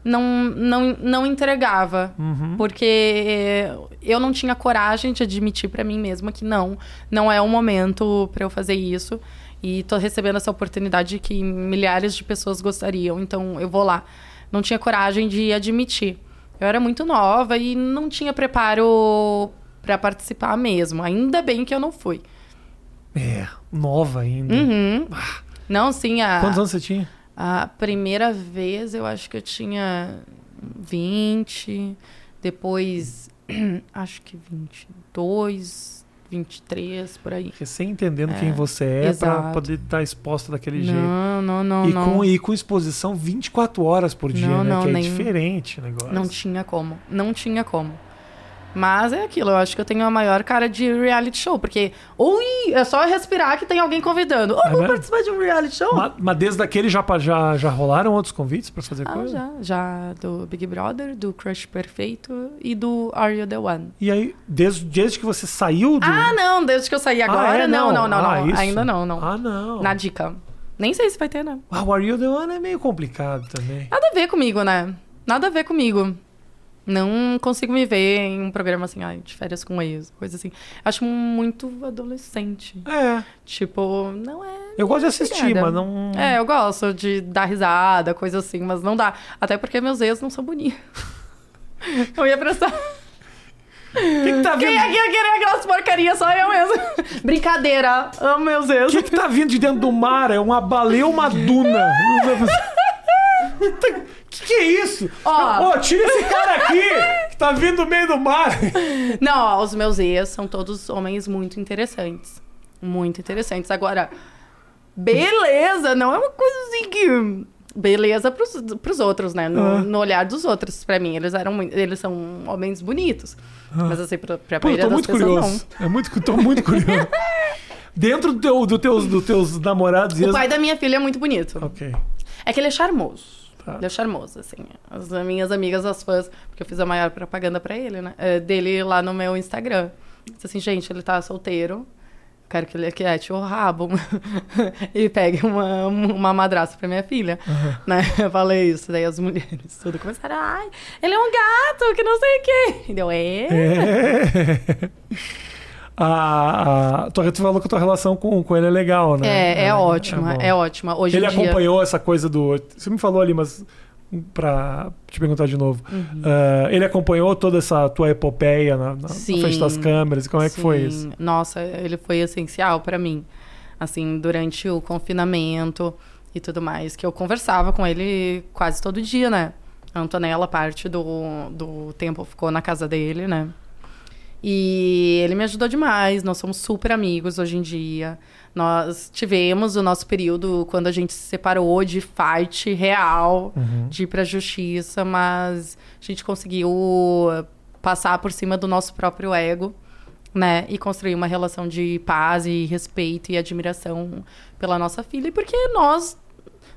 não entregava. Porque eu não tinha coragem de admitir pra mim mesma que não é o momento pra eu fazer isso. E tô recebendo essa oportunidade que milhares de pessoas gostariam, então eu vou lá. Não tinha coragem de admitir. Eu era muito nova e não tinha preparo pra participar mesmo. Ainda bem que eu não fui. Nova ainda. Não, sim. Quantos anos você tinha? A primeira vez eu acho que eu tinha 20, depois acho que 22... 23, por aí. Recém entendendo quem você é pra poder estar exposta daquele jeito. Não. E com exposição 24 horas por dia, né? Que é nem, diferente o negócio. Não tinha como. Mas é aquilo, eu acho que eu tenho a maior cara de reality show, porque é só respirar que tem alguém convidando. Vamos participar de um reality show? Mas desde aquele já rolaram outros convites pra fazer coisa? Já do Big Brother, do Crush Perfeito e do Are You The One. E aí, desde que você saiu do... não, desde que eu saí agora, não. Isso? Ainda não. Não. Na dica. Nem sei se vai ter, né? O Are You The One é meio complicado também. Nada a ver comigo, né? Nada a ver comigo. Não consigo me ver em um programa assim, de férias com ex, coisa assim. Acho muito adolescente. Tipo, não é... Eu gosto de assistir, mas não... eu gosto de dar risada, coisa assim, mas não dá. Até porque meus ex não são bonitos. Eu ia prestar... Quem tá vindo? Quem aqui ia querer aquelas porcarias? Só eu mesmo. Brincadeira. Amo meus ex. O que tá vindo de dentro do mar? É uma baleia ou uma duna? Que é isso? Tira esse cara aqui que tá vindo do meio do mar. Não, os meus ex são todos homens muito interessantes. Muito interessantes. Agora, beleza não é uma coisa assim que... Beleza pros outros, né? No olhar dos outros, pra mim. Eles são homens bonitos. Mas assim, pra maioria das pessoas, curioso. não. Tô muito curioso. Dentro dos teus namorados... O pai da minha filha é muito bonito. Ok. É que ele é charmoso. Ele é charmoso, assim. As minhas amigas, as fãs... Porque eu fiz a maior propaganda pra ele, né? Dele lá no meu Instagram. Disse assim, gente, ele tá solteiro. Quero que ele aquiete o rabo. E pegue uma madrasta pra minha filha. Né? Eu falei isso. Daí as mulheres tudo começaram... Ai, ele é um gato, que não sei o quê. E deu, Tu falou que a tua relação com ele é legal, né? É ótima, é ótima. Hoje ele em dia... acompanhou essa coisa do... Você me falou ali, mas pra te perguntar de novo. Ele acompanhou toda essa tua epopeia na frente das câmeras? E como é que foi isso? Nossa, ele foi essencial pra mim. Assim, durante o confinamento e tudo mais, que eu conversava com ele quase todo dia, né? A Antonella, parte do tempo, ficou na casa dele, né? E ele me ajudou demais, nós somos super amigos hoje em dia. Nós tivemos o nosso período quando a gente se separou de fight real, de ir pra justiça, mas a gente conseguiu passar por cima do nosso próprio ego, né? E construir uma relação de paz e respeito e admiração pela nossa filha. E porque nós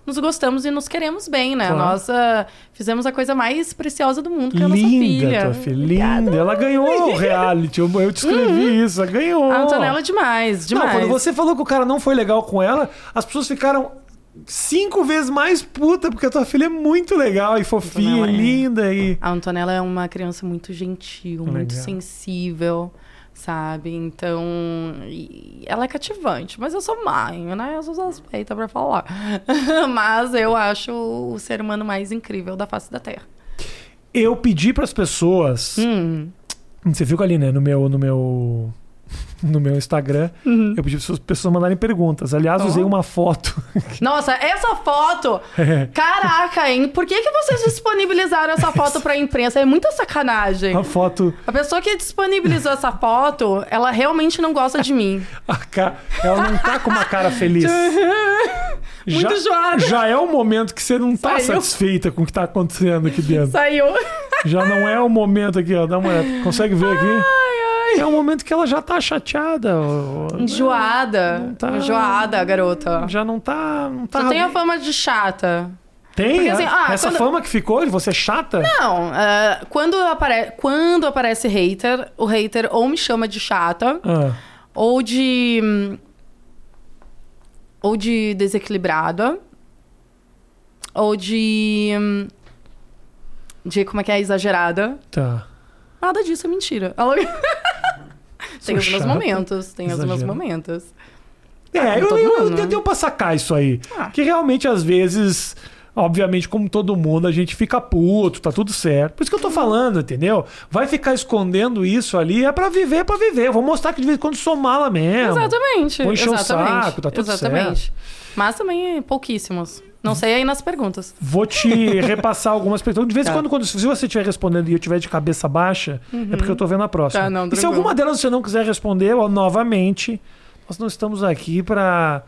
nos gostamos e nos queremos bem, né? Claro. Nós fizemos a coisa mais preciosa do mundo, que é a nossa Linda, filha. tua filha, linda. Ela ganhou o reality. Eu te escrevi isso, ela ganhou. A Antonella é demais. Não, quando você falou que o cara não foi legal com ela, as pessoas ficaram 5 vezes mais puta, porque a tua filha é muito legal e fofinha, Antonella linda. E... A Antonella é uma criança muito gentil, muito Legal. sensível, sabe? Então, ela é cativante, mas eu sou mãe, né? Eu sou suspeita pra falar. Mas eu acho o ser humano mais incrível da face da Terra. Eu pedi pras pessoas... Você viu ali, né? No meu Instagram, eu pedi para as pessoas mandarem perguntas. Aliás, usei uma foto. Nossa, essa foto! Caraca, hein? Por que vocês disponibilizaram essa foto pra imprensa? É muita sacanagem. A foto... A pessoa que disponibilizou essa foto, ela realmente não gosta de mim. Ela não tá com uma cara feliz. Muito enjoada. Já é o momento que você não tá Saiu. satisfeita com o que tá acontecendo aqui dentro. Saiu. Já não é o momento aqui, ó. Dá uma olhada. Consegue ver aqui? É um momento que ela já tá chateada. Enjoada. Não tá- Enjoada, garota. Já não tá... Tu tem a fama de chata. Tem? Porque, assim, Essa quando- fama que ficou de você chata? Não, quando aparece hater, o hater ou me chama de chata, Ah, ou de desequilibrada, ou de como é que é, exagerada. tá. Nada disso é mentira. Tem os meus chata, momentos, tem os meus exagero. momentos. É, como todo mundo, né? deu pra sacar isso aí. Ah. Que realmente, às vezes, obviamente, como todo mundo, a gente fica puto, tá tudo certo. Por isso que eu tô falando, entendeu? Vai ficar escondendo isso ali, é pra viver, Eu vou mostrar que de vez em quando sou mala mesmo. Exatamente. Vou encher o exatamente. saco, tá tudo Exatamente. Mas também pouquíssimos. Não sei aí nas perguntas. Vou te repassar algumas perguntas. De vez em Tá. quando, se você estiver respondendo e eu estiver de cabeça baixa, é porque eu tô vendo a próxima. Tá, não, e se tranquilo. alguma delas você não quiser responder, ó, novamente, nós não estamos aqui pra...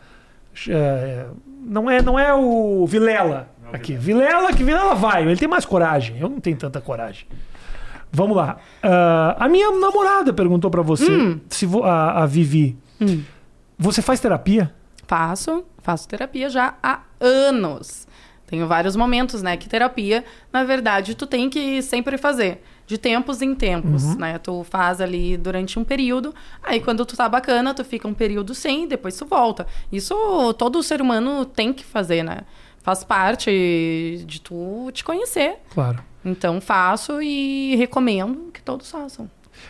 não é o Vilela aqui. Vilela vai. Ele tem mais coragem. Eu não tenho tanta coragem. Vamos lá. A minha namorada perguntou pra você, a Vivi, você faz terapia? Faço terapia já há anos. Tenho vários momentos, né? Que terapia, na verdade, tu tem que sempre fazer. De tempos em tempos, né? Tu faz ali durante um período. Aí, quando tu tá bacana, tu fica um período sem, depois tu volta. Isso todo ser humano tem que fazer, né? Faz parte de tu te conhecer. Claro. Então, faço e recomendo que todos façam.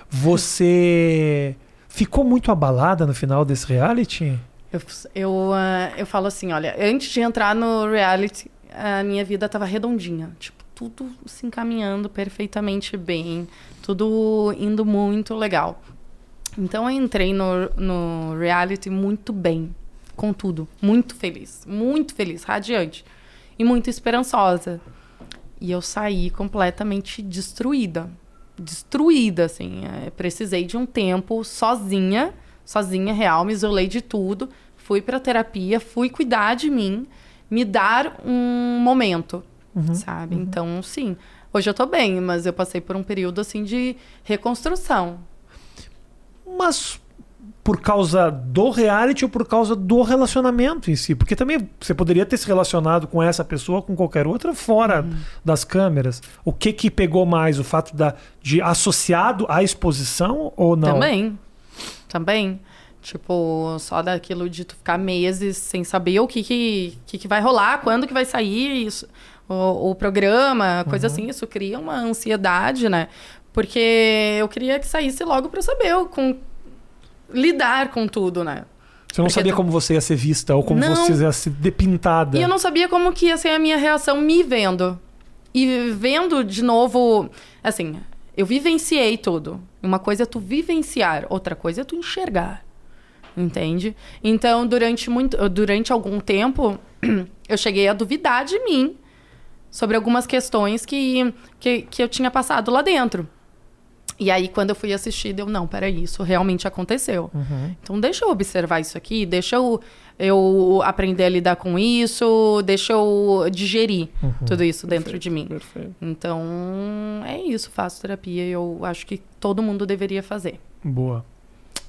Você ficou muito abalada no final desse reality? Eu falo assim, olha, antes de entrar no reality, a minha vida tava redondinha. Tipo, tudo se encaminhando perfeitamente bem. Tudo indo muito legal. Então, eu entrei no reality muito bem. Com tudo. Muito feliz, radiante. E muito esperançosa. E eu saí completamente destruída. Destruída, assim. Precisei de um tempo sozinha real, me isolei de tudo, fui pra terapia, fui cuidar de mim, me dar um momento, sabe? Então, sim, hoje eu tô bem, mas eu passei por um período, assim, de reconstrução. Mas por causa do reality ou por causa do relacionamento em si? Porque também você poderia ter se relacionado com essa pessoa, com qualquer outra, fora das câmeras. O que pegou mais? O fato de associado à exposição ou não? Também. Tipo, só daquilo de tu ficar meses sem saber o que vai rolar, quando que vai sair isso, o programa, coisa assim. Isso cria uma ansiedade, né? Porque eu queria que saísse logo pra eu saber lidar com tudo, né? Você não sabia como você ia ser vista ou como você ia ser depintada. E eu não sabia como que ia ser a minha reação me vendo. E vendo de novo, assim, eu vivenciei tudo. Uma coisa é tu vivenciar, outra coisa é tu enxergar. Entende? Então, durante algum tempo, eu cheguei a duvidar de mim sobre algumas questões que eu tinha passado lá dentro. E aí, quando eu fui assistir, não, peraí, isso realmente aconteceu. Então, deixa eu observar isso aqui, deixa eu aprender a lidar com isso, deixa eu digerir tudo isso dentro de mim. Perfeito. Então, é isso, faço terapia e eu acho que todo mundo deveria fazer. Boa.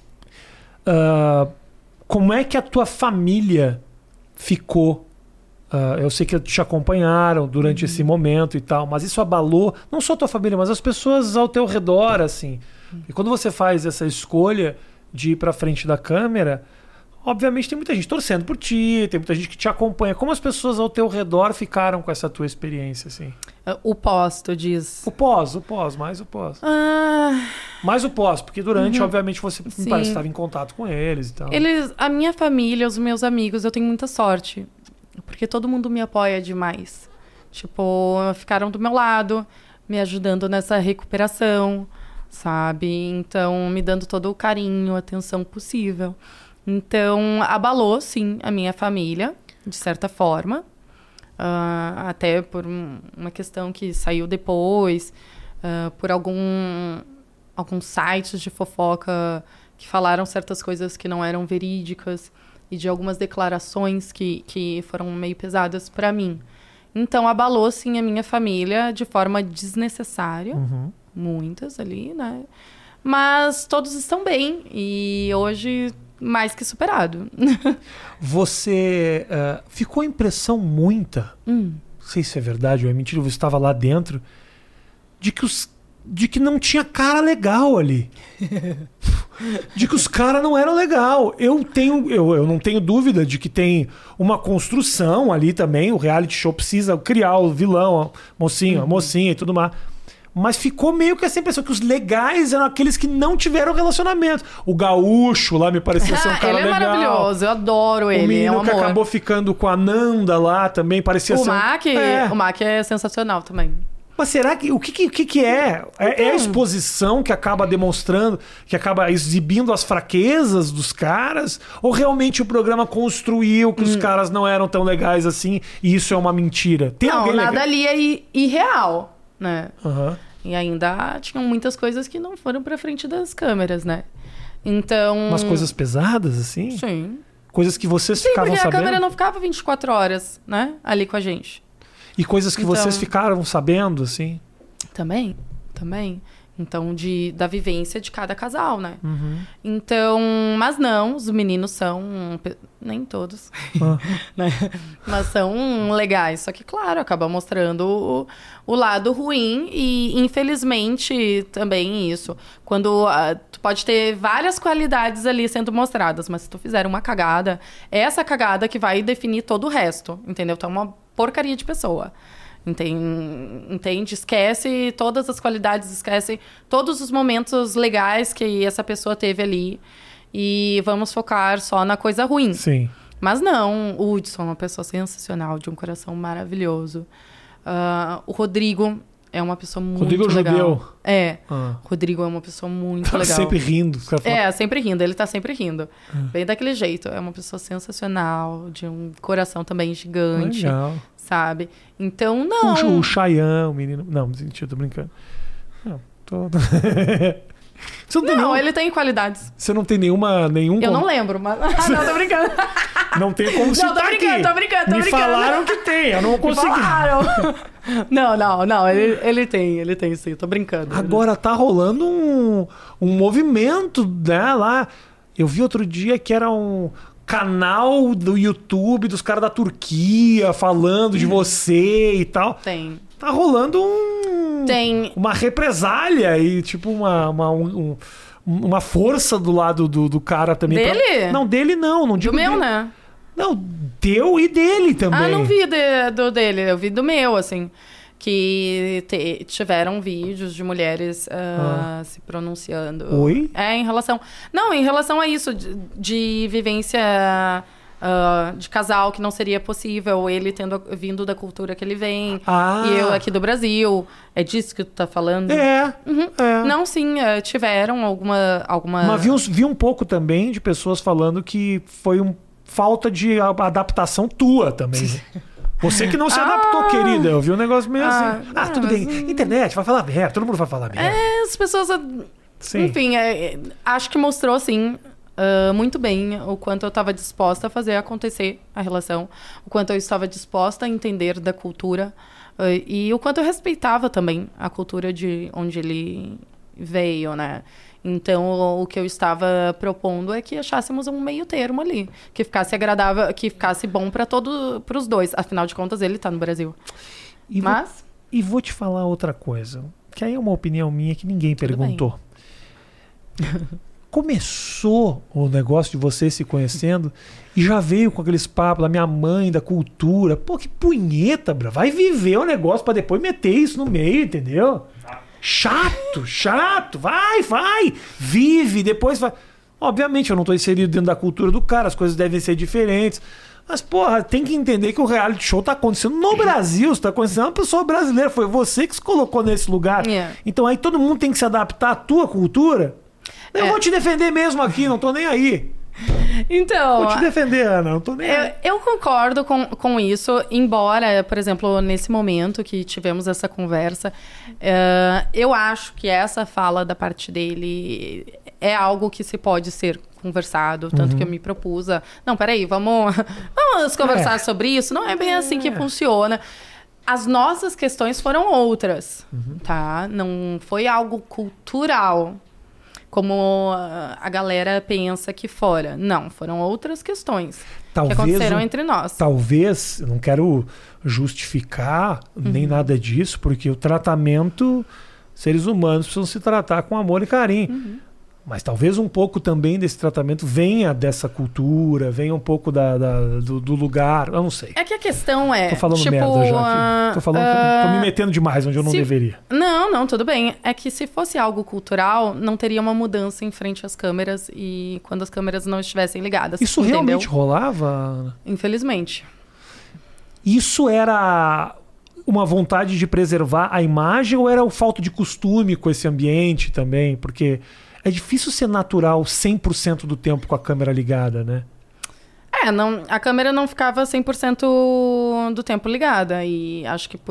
Como é que a tua família ficou Eu sei que te acompanharam durante esse momento e tal, mas isso abalou não só a tua família, mas as pessoas ao teu redor, assim. E quando você faz essa escolha de ir pra frente da câmera, obviamente tem muita gente torcendo por ti, tem muita gente que te acompanha. Como as pessoas ao teu redor ficaram com essa tua experiência, assim? O pós, tu diz. Mais o pós. Mais o pós, porque durante, obviamente, você me parece estava em contato com eles e tal. A minha família, os meus amigos, eu tenho muita sorte. Porque todo mundo me apoia demais. Tipo, ficaram do meu lado, me ajudando nessa recuperação, sabe? Então, me dando todo o carinho, a atenção possível. Então, abalou, sim, a minha família, de certa forma. Até por uma questão que saiu depois, por alguns sites de fofoca que falaram certas coisas que não eram verídicas e de algumas declarações que foram meio pesadas para mim. Então, abalou, sim, a minha família de forma desnecessária. Muitas ali, né? Mas todos estão bem e hoje mais que superado. Você ficou a impressão muita, não sei se é verdade ou é mentira, você estava lá dentro, de que não tinha cara legal ali. De que os caras não eram legal. Eu não tenho dúvida de que tem uma construção ali também. O reality show precisa criar o vilão, a mocinha e tudo mais. Mas ficou meio que essa impressão que os legais eram aqueles que não tiveram relacionamento. O Gaúcho lá me parecia ser um cara legal. Ele é maravilhoso, eu adoro ele. O menino é um que amor. acabou ficando com a Nanda lá também parecia ser O Mac é sensacional também. Mas será que o que é? É a exposição que acaba demonstrando, que acaba exibindo as fraquezas dos caras? Ou realmente o programa construiu que os caras não eram tão legais assim e isso é uma mentira? Tem não, nada legal? ali é irreal, né? Uhum. E ainda tinham muitas coisas que não foram pra frente das câmeras, né? Então... Umas coisas pesadas, assim? Sim. Coisas que vocês Sim, ficavam porque sabendo? a câmera não ficava 24 horas, né? Ali com a gente. E coisas que vocês ficaram sabendo, assim? Também. Então, da vivência de cada casal, né? Então, mas não, os meninos são... Nem todos. Né? Mas são legais. Só que, claro, acaba mostrando o lado ruim. E, infelizmente, também isso. Quando tu pode ter várias qualidades ali sendo mostradas, mas se tu fizer uma cagada, é essa cagada que vai definir todo o resto. Entendeu? Então, é uma porcaria de pessoa. Entende? Esquece todas as qualidades, esquece todos os momentos legais que essa pessoa teve ali e vamos focar só na coisa ruim. Sim. Mas não, o Hudson é uma pessoa sensacional, de um coração maravilhoso. O Rodrigo é uma pessoa muito legal. Rodrigo judeu? É. Rodrigo é uma pessoa muito legal. Sempre rindo. Sempre rindo. Ele tá sempre rindo. Bem daquele jeito. É uma pessoa sensacional, de um coração também gigante. Legal. Sabe? Então, não. O Chayanne, o menino... Não, mentira, tô brincando. Não, tô... Ele tem qualidades. Você não tem nenhum... Eu não lembro, mas... não, tô brincando. Não tem como citar aqui. Tô brincando. Me falaram que tem, eu não consegui. Não, ele tem sim, tô brincando. Agora tá rolando um movimento, né, lá. Eu vi outro dia que era um canal do YouTube dos caras da Turquia falando de você e tal. Tem. Tá rolando uma represália e tipo uma força do lado do cara também. Dele? Não, dele não. Não digo do meu, dele. né? Não, teu e dele também. Não vi do dele, eu vi do meu, assim. Que tiveram vídeos de mulheres se pronunciando. Oi? Em relação a isso, de vivência de casal, que não seria possível, ele vindo da cultura que ele vem, e eu aqui do Brasil. É disso que tu tá falando? É. Não, sim, tiveram alguma... Mas vi um pouco também de pessoas falando que foi falta de adaptação tua também. Você que não se adaptou, querida. Eu vi um negócio meio assim. Tudo bem. Internet, vai falar merda. Todo mundo vai falar merda. As pessoas... Sim. Enfim, acho que mostrou, sim, muito bem o quanto eu estava disposta a fazer acontecer a relação. O quanto eu estava disposta a entender da cultura. E o quanto eu respeitava também a cultura de onde ele veio, né? Então, o que eu estava propondo é que achássemos um meio termo ali, que ficasse agradável, que ficasse bom para os dois. Afinal de contas, ele está no Brasil. E vou te falar outra coisa, que aí é uma opinião minha que ninguém perguntou. Começou o negócio de vocês se conhecendo e já veio com aqueles papos da minha mãe, da cultura. Pô, que punheta, bro. Vai viver o negócio pra depois meter isso no meio, entendeu? Chato. Vai. Vive, depois vai. Obviamente, eu não tô inserido dentro da cultura do cara, as coisas devem ser diferentes. Mas, porra, tem que entender que o reality show tá acontecendo no Brasil, tá acontecendo uma pessoa brasileira. Foi você que se colocou nesse lugar. Então aí todo mundo tem que se adaptar à tua cultura. Eu vou te defender mesmo aqui, não tô nem aí. Então... Vou te defender, Ana, não tô nem aí. Eu concordo com isso, embora, por exemplo, nesse momento que tivemos essa conversa, eu acho que essa fala da parte dele é algo que se pode ser conversado, tanto que eu me propus não, peraí, vamos conversar sobre isso. Não é bem assim que funciona. As nossas questões foram outras, tá? Não foi algo cultural, como a galera pensa aqui fora. Não, foram outras questões que aconteceram entre nós. Talvez, eu não quero justificar nem nada disso, porque o tratamento, seres humanos precisam se tratar com amor e carinho. Mas talvez um pouco também desse tratamento venha dessa cultura, venha um pouco do lugar, eu não sei. É que a questão é... Tô falando merda já aqui. Tô me metendo demais onde eu não deveria. Não, tudo bem. É que se fosse algo cultural, não teria uma mudança em frente às câmeras e quando as câmeras não estivessem ligadas. Isso realmente rolava? Infelizmente. Isso era uma vontade de preservar a imagem ou era o falta de costume com esse ambiente também? Porque... é difícil ser natural 100% do tempo com a câmera ligada, né? A câmera não ficava 100% do tempo ligada. E acho que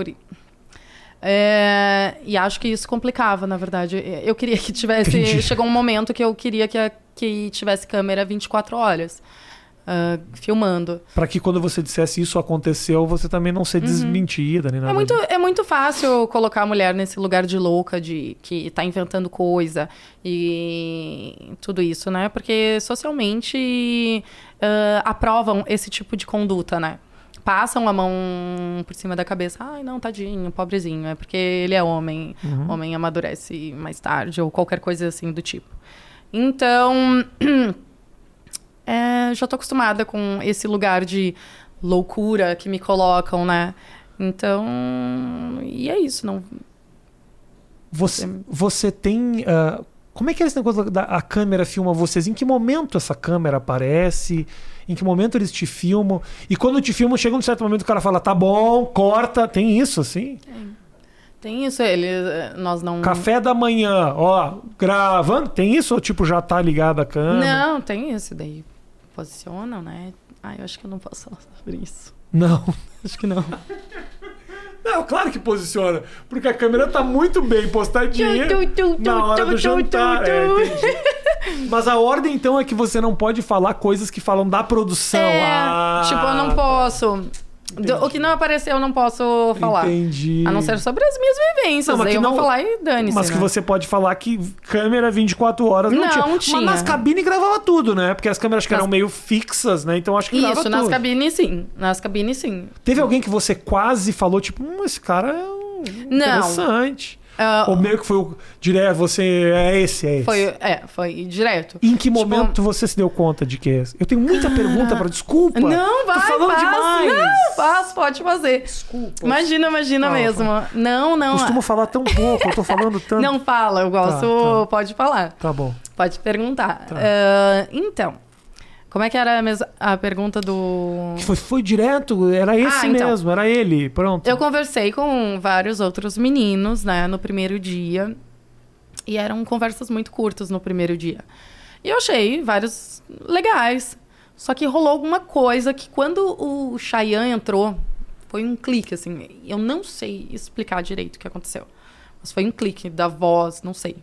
e acho que isso complicava, na verdade. Eu queria que tivesse... Entendi. Chegou um momento que eu queria que tivesse câmera 24 horas. Filmando. Para que quando você dissesse isso aconteceu, você também não ser desmentida, nem nada. É muito fácil colocar a mulher nesse lugar de louca, de que tá inventando coisa e tudo isso, né? Porque socialmente aprovam esse tipo de conduta, né? Passam a mão por cima da cabeça. Ai, não, tadinho, pobrezinho. É porque ele é homem. Homem amadurece mais tarde ou qualquer coisa assim do tipo. Então... já tô acostumada com esse lugar de loucura que me colocam, né? Então, e é isso, não... Você tem... como é que é esse negócio da câmera filma vocês? Em que momento essa câmera aparece? Em que momento eles te filmam? E quando te filmam, chega um certo momento que o cara fala, tá bom, corta. Tem isso, assim? Tem isso, nós não... Café da manhã, gravando. Tem isso ou tipo já tá ligada a câmera? Não, tem isso. Daí posicionam, né? Eu acho que eu não posso falar sobre isso. Não. Acho que não. Não, claro que posiciona. Porque a câmera tá muito bem postadinha na hora do jantar. Entendi. Mas a ordem, então, é que você não pode falar coisas que falam da produção. Tipo, eu não posso... O que não apareceu eu não posso falar. Entendi. A não ser sobre as minhas vivências. Não, aí eu vou falar e dane-se. Mas que você pode falar que câmera 24 horas não tinha. Mas nas cabines gravava tudo, né? Porque as câmeras que eram meio fixas, né? Então acho que gravava tudo. Isso, nas cabines sim. Teve alguém que você quase falou, tipo, esse cara é interessante. Ou meio que foi direto, você é esse. Foi direto. E em que momento você se deu conta de que é esse? Eu tenho muita pergunta para desculpa. Não, vai, tô falando demais. Não, pode fazer. Desculpa. Imagina mesmo. Não. Costumo falar tão pouco, eu tô falando tanto. Não fala, eu gosto, pode falar. Tá bom. Pode perguntar. Tá. Então, como é que era a pergunta do... Foi direto, era esse mesmo, era ele, pronto. Eu conversei com vários outros meninos, né, no primeiro dia. E eram conversas muito curtas no primeiro dia. E eu achei vários legais. Só que rolou alguma coisa que quando o Chayanne entrou, foi um clique, assim. Eu não sei explicar direito o que aconteceu. Mas foi um clique da voz, não sei.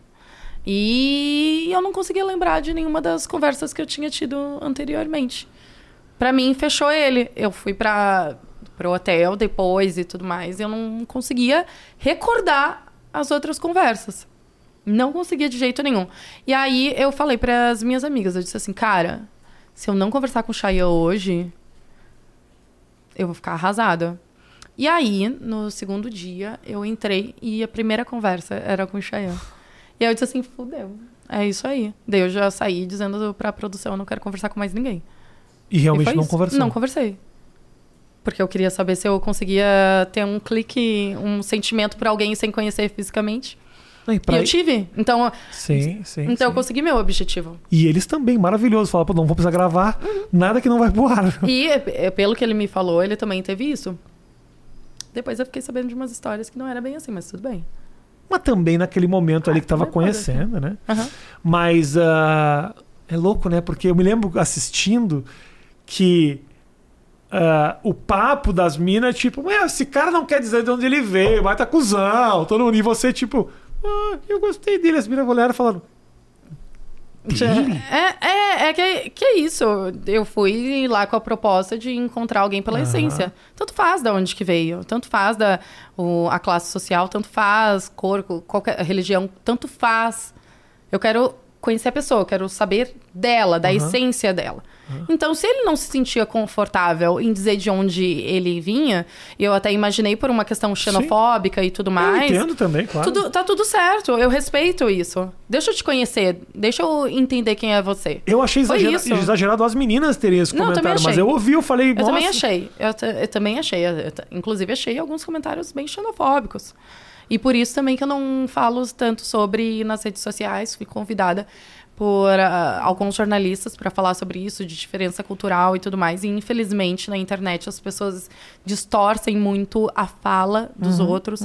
E eu não conseguia lembrar de nenhuma das conversas que eu tinha tido anteriormente. Pra mim, fechou ele. Eu fui pro hotel depois e tudo mais. E eu não conseguia recordar as outras conversas. Não conseguia de jeito nenhum. E aí eu falei pras minhas amigas, eu disse assim, cara, se eu não conversar com o Chayanne hoje, eu vou ficar arrasada. E aí, no segundo dia, eu entrei e a primeira conversa era com o Chayanne. E aí eu disse assim, fudeu, é isso aí. Daí eu já saí dizendo pra produção, eu não quero conversar com mais ninguém. E realmente não conversou? Não conversei. Porque eu queria saber se eu conseguia ter um clique, um sentimento por alguém sem conhecer fisicamente. E eu tive. Então, eu consegui meu objetivo. E eles também, maravilhoso. Falaram, pô, não vou precisar gravar nada que não vai pro ar. E pelo que ele me falou, ele também teve isso. Depois eu fiquei sabendo de umas histórias que não era bem assim, mas tudo bem. Mas também naquele momento ali que tava conhecendo, né? Mas é louco, né? Porque eu me lembro assistindo que o papo das minas, tipo, esse cara não quer dizer de onde ele veio, vai tá cuzão, todo mundo. E você, tipo, eu gostei dele. As minas olharam e falaram, que é isso. Eu fui lá com a proposta de encontrar alguém pela essência. Tanto faz de onde que veio, tanto faz a classe social, tanto faz cor, qualquer religião, tanto faz. Eu quero conhecer a pessoa, eu quero saber dela, da essência dela. Então, se ele não se sentia confortável em dizer de onde ele vinha, eu até imaginei por uma questão xenofóbica e tudo mais. Eu entendo também, claro. Tá tudo certo, eu respeito isso. Deixa eu te conhecer, deixa eu entender quem é você. Eu achei exagerado as meninas terem esse comentário, mas eu ouvi, eu falei, nossa... Eu também achei. Inclusive, achei alguns comentários bem xenofóbicos. E por isso também que eu não falo tanto sobre nas redes sociais. Fui convidada por alguns jornalistas para falar sobre isso, de diferença cultural e tudo mais. E, infelizmente, na internet as pessoas distorcem muito a fala dos outros.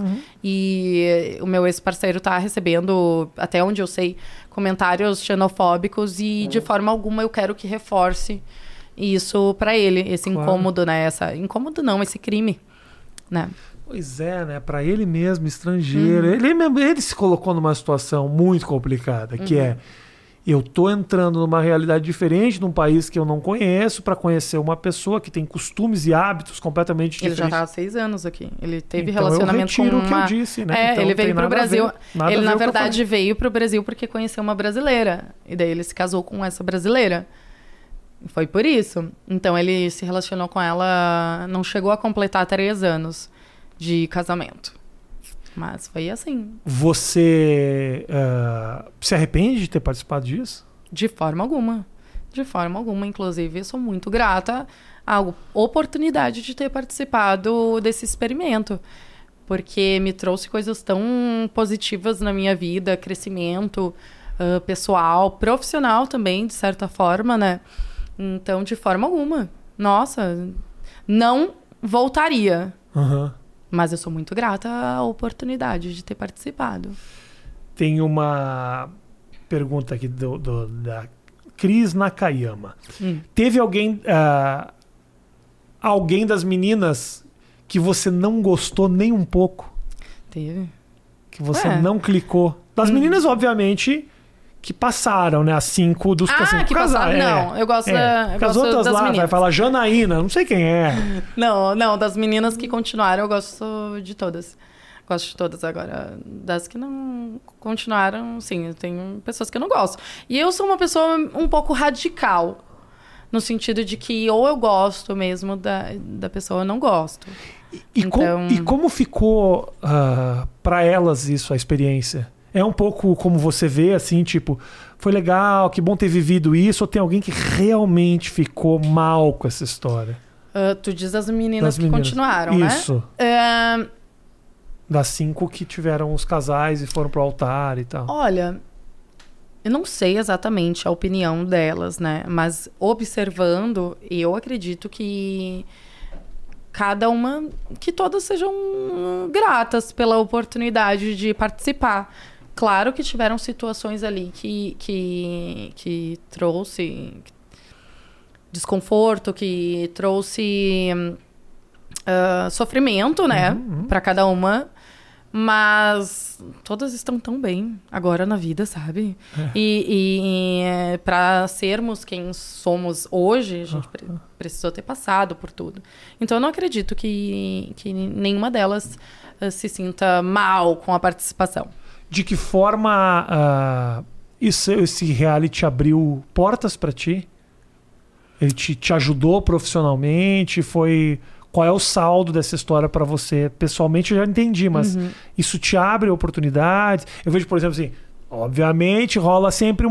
E o meu ex-parceiro tá recebendo, até onde eu sei, comentários xenofóbicos. E, de forma alguma, eu quero que reforce isso para ele. Esse incômodo, né? Incômodo não, esse crime, né? Pois é, né? Para ele mesmo, estrangeiro. Ele se colocou numa situação muito complicada, que é... Eu tô entrando numa realidade diferente, num país que eu não conheço, para conhecer uma pessoa que tem costumes e hábitos completamente diferentes. Ele já tá há 6 anos aqui. Ele teve relacionamento com uma... o que eu disse, né? Então, ele veio pro Brasil. Ele, na verdade, veio pro Brasil porque conheceu uma brasileira. E daí ele se casou com essa brasileira. Foi por isso. Então, ele se relacionou com ela... Não chegou a completar 3 anos de casamento. Mas foi assim. Você se arrepende de ter participado disso? De forma alguma. De forma alguma. Inclusive, eu sou muito grata à oportunidade de ter participado desse experimento. Porque me trouxe coisas tão positivas na minha vida. Crescimento pessoal, profissional também, de certa forma, né? Então, de forma alguma. Nossa, não voltaria. Mas eu sou muito grata à oportunidade de ter participado. Tem uma pergunta aqui da Cris Nakayama. Teve alguém das meninas que você não gostou nem um pouco? Teve. Que você não clicou? Das meninas, obviamente... Que passaram, né? As 5 dos que passaram. Não, eu gosto, eu as gosto outras das lá, meninas. vai falar Janaína, não sei quem é. Não, das meninas que continuaram, eu gosto de todas. Gosto de todas agora. Das que não continuaram, sim, eu tenho pessoas que eu não gosto. E eu sou uma pessoa um pouco radical. No sentido de que ou eu gosto mesmo da pessoa, ou eu não gosto. E como ficou para elas isso, a experiência? É um pouco como você vê, assim, tipo, foi legal, que bom ter vivido isso, ou tem alguém que realmente ficou mal com essa história? Tu diz as meninas que continuaram, né? Isso. Das 5 que tiveram os casais e foram pro altar e tal. Olha, eu não sei exatamente a opinião delas, né? Mas observando, eu acredito que cada uma, que todas sejam gratas pela oportunidade de participar. Claro que tiveram situações ali que trouxe desconforto, que trouxe sofrimento, né? Para cada uma. Mas todas estão tão bem agora na vida, sabe? E para sermos quem somos hoje, a gente precisou ter passado por tudo. Então, eu não acredito que nenhuma delas se sinta mal com a participação. de que forma esse reality abriu portas para ti? Ele te ajudou profissionalmente? Qual é o saldo dessa história para você? Pessoalmente eu já entendi, mas isso te abre oportunidades? Eu vejo, por exemplo, assim, obviamente rola sempre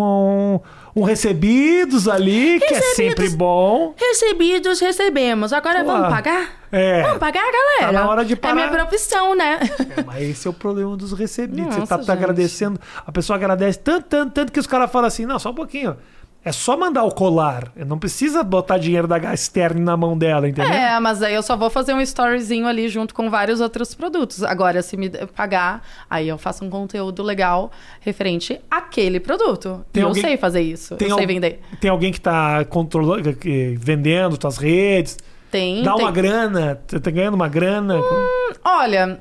um recebidos ali, que é sempre bom. Recebidos, recebemos. Agora vamos pagar? Vamos pagar, galera? Tá na hora de parar. É minha profissão, né? Mas esse é o problema dos recebidos. Nossa, você tá agradecendo, a pessoa agradece tanto que os caras falam assim, não, só um pouquinho. É só mandar o colar. Não precisa botar dinheiro da Gasterne na mão dela, entendeu? Mas aí eu só vou fazer um storyzinho ali junto com vários outros produtos. Agora, se me pagar, aí eu faço um conteúdo legal referente àquele produto. Eu sei fazer isso. Eu sei vender. Tem alguém que tá vendendo tuas redes? Dá uma grana? Você tá ganhando uma grana? Olha,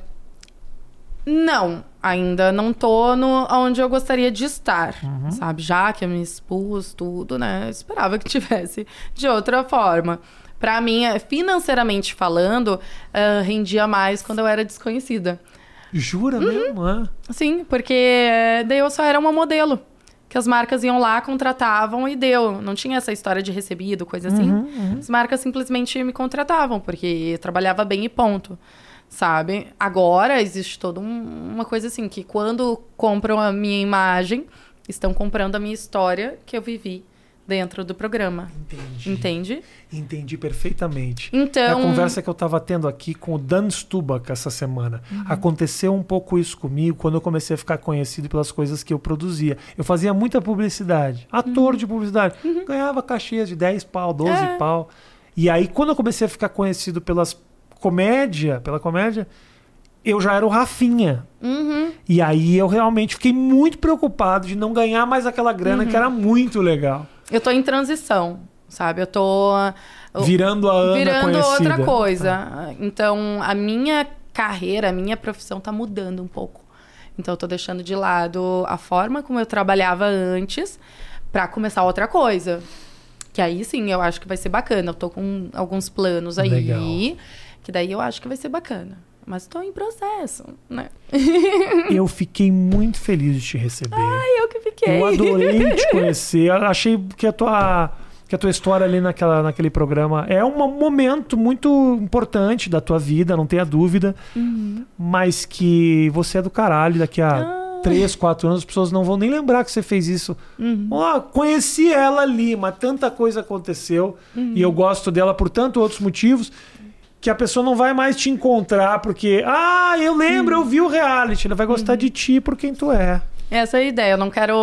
não. Ainda não tô onde eu gostaria de estar, sabe? Já que eu me expus, tudo, né? Eu esperava que tivesse de outra forma. Pra mim, financeiramente falando, rendia mais quando eu era desconhecida. Jura mesmo? Sim, porque daí eu só era uma modelo. Que as marcas iam lá, contratavam e deu. Não tinha essa história de recebido, coisa assim. As marcas simplesmente me contratavam, porque eu trabalhava bem e ponto. Sabe? Agora existe toda uma coisa assim, que quando compram a minha imagem, estão comprando a minha história que eu vivi dentro do programa. Entende? Entendi perfeitamente. Então... É a conversa que eu estava tendo aqui com o Dan Stubach essa semana. Aconteceu um pouco isso comigo quando eu comecei a ficar conhecido pelas coisas que eu produzia. Eu fazia muita publicidade. Ator de publicidade. Ganhava caixinhas de 10 pau, 12 pau. E aí, quando eu comecei a ficar conhecido pela comédia, eu já era o Rafinha. E aí eu realmente fiquei muito preocupado de não ganhar mais aquela grana que era muito legal. Eu tô em transição, sabe? Eu tô... Virando a Ana virando conhecida. outra coisa. Então, a minha carreira, a minha profissão tá mudando um pouco. Então, eu tô deixando de lado a forma como eu trabalhava antes pra começar outra coisa. Que aí, sim, eu acho que vai ser bacana. Eu tô com alguns planos aí. Legal. Que daí eu acho que vai ser bacana. Mas tô em processo, né? Eu fiquei muito feliz de te receber. Eu que fiquei. Eu adorei te conhecer. Eu achei que a tua história ali naquele programa é um momento muito importante da tua vida, não tenha dúvida. Mas que você é do caralho. Daqui a 3, 4 anos as pessoas não vão nem lembrar que você fez isso. Conheci ela ali, mas tanta coisa aconteceu. E eu gosto dela por tantos outros motivos, que a pessoa não vai mais te encontrar porque... eu lembro, eu vi o reality. Ela vai gostar de ti por quem tu é. Essa é a ideia. Eu não quero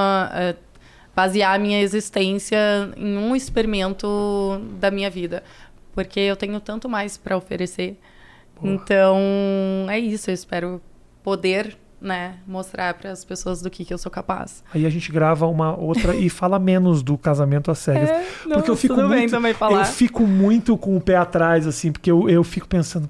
basear a minha existência em um experimento da minha vida. Porque eu tenho tanto mais para oferecer. Boa. Então, é isso. Eu espero poder... né, mostrar para as pessoas do que eu sou capaz. Aí a gente grava uma outra e fala menos do casamento às cegas. Porque eu fico muito, também falar. Eu fico muito com o pé atrás, assim, porque eu fico pensando,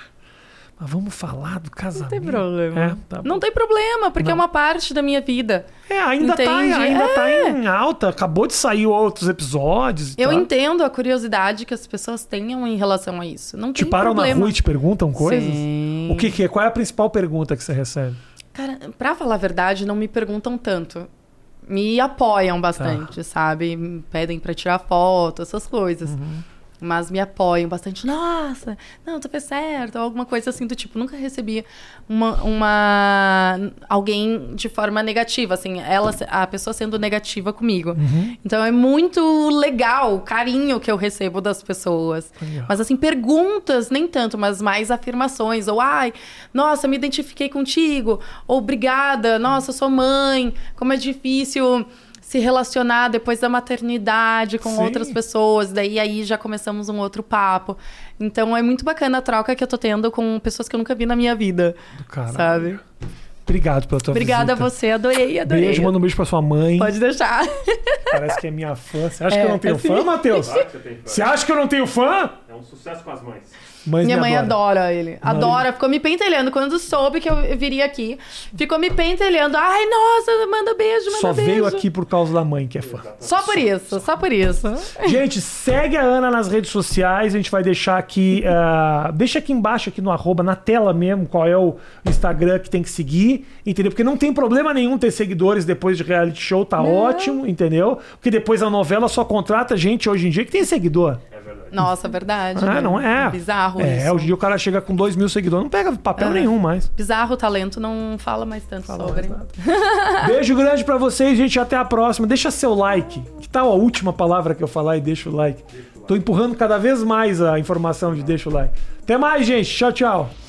mas vamos falar do casamento? Não tem problema. Não tem problema, porque é uma parte da minha vida. Ainda tá em alta. Acabou de sair outros episódios. Eu entendo a curiosidade que as pessoas tenham em relação a isso. Não tem problema. Te param na rua e te perguntam coisas? Sim. O que é? Qual é a principal pergunta que você recebe? Cara, pra falar a verdade, não me perguntam tanto. Me apoiam bastante, sabe? Me pedem pra tirar foto, essas coisas. Mas me apoiam bastante. Nossa, não, tu fez certo. Ou alguma coisa assim do tipo. Nunca recebi alguém de forma negativa, assim. A pessoa sendo negativa comigo. Então é muito legal o carinho que eu recebo das pessoas. Mas assim, perguntas, nem tanto, mas mais afirmações. Ou, nossa, me identifiquei contigo. Ou, obrigada, nossa, sou mãe. Como é difícil... se relacionar depois da maternidade com outras pessoas. Daí aí já começamos um outro papo. Então é muito bacana a troca que eu tô tendo com pessoas que eu nunca vi na minha vida. Caralho. Sabe? Obrigado pela tua Obrigada visita. a você, adorei. Beijo, manda um beijo pra sua mãe. Pode deixar. Parece que é minha fã. Você acha que eu não tenho fã, Matheus? Claro que você tem fã. Você acha que eu não tenho fã? É um sucesso com as mães. Minha mãe adora ele. Adora. Ficou me pentelhando. Quando soube que eu viria aqui, ficou me pentelhando. Ai, nossa, manda beijo, manda Só beijo. Veio aqui por causa da mãe, que é fã. Só por isso, só por isso. Gente, segue a Ana nas redes sociais. A gente vai deixar aqui... deixa aqui embaixo, aqui no @, na tela mesmo, qual é o Instagram que tem que seguir, entendeu? Porque não tem problema nenhum ter seguidores depois de reality show, tá ótimo, entendeu? Porque depois a novela só contrata gente hoje em dia que tem seguidor. Nossa, verdade. Não é. Bizarro isso. Hoje em dia o cara chega com 2.000 seguidores, não pega papel nenhum mais. Bizarro, o talento não fala mais tanto sobre. Beijo grande pra vocês, gente. Até a próxima. Deixa seu like. Que tal a última palavra que eu falar e deixa o like? Tô empurrando cada vez mais a informação de deixa o like. Até mais, gente. Tchau, tchau.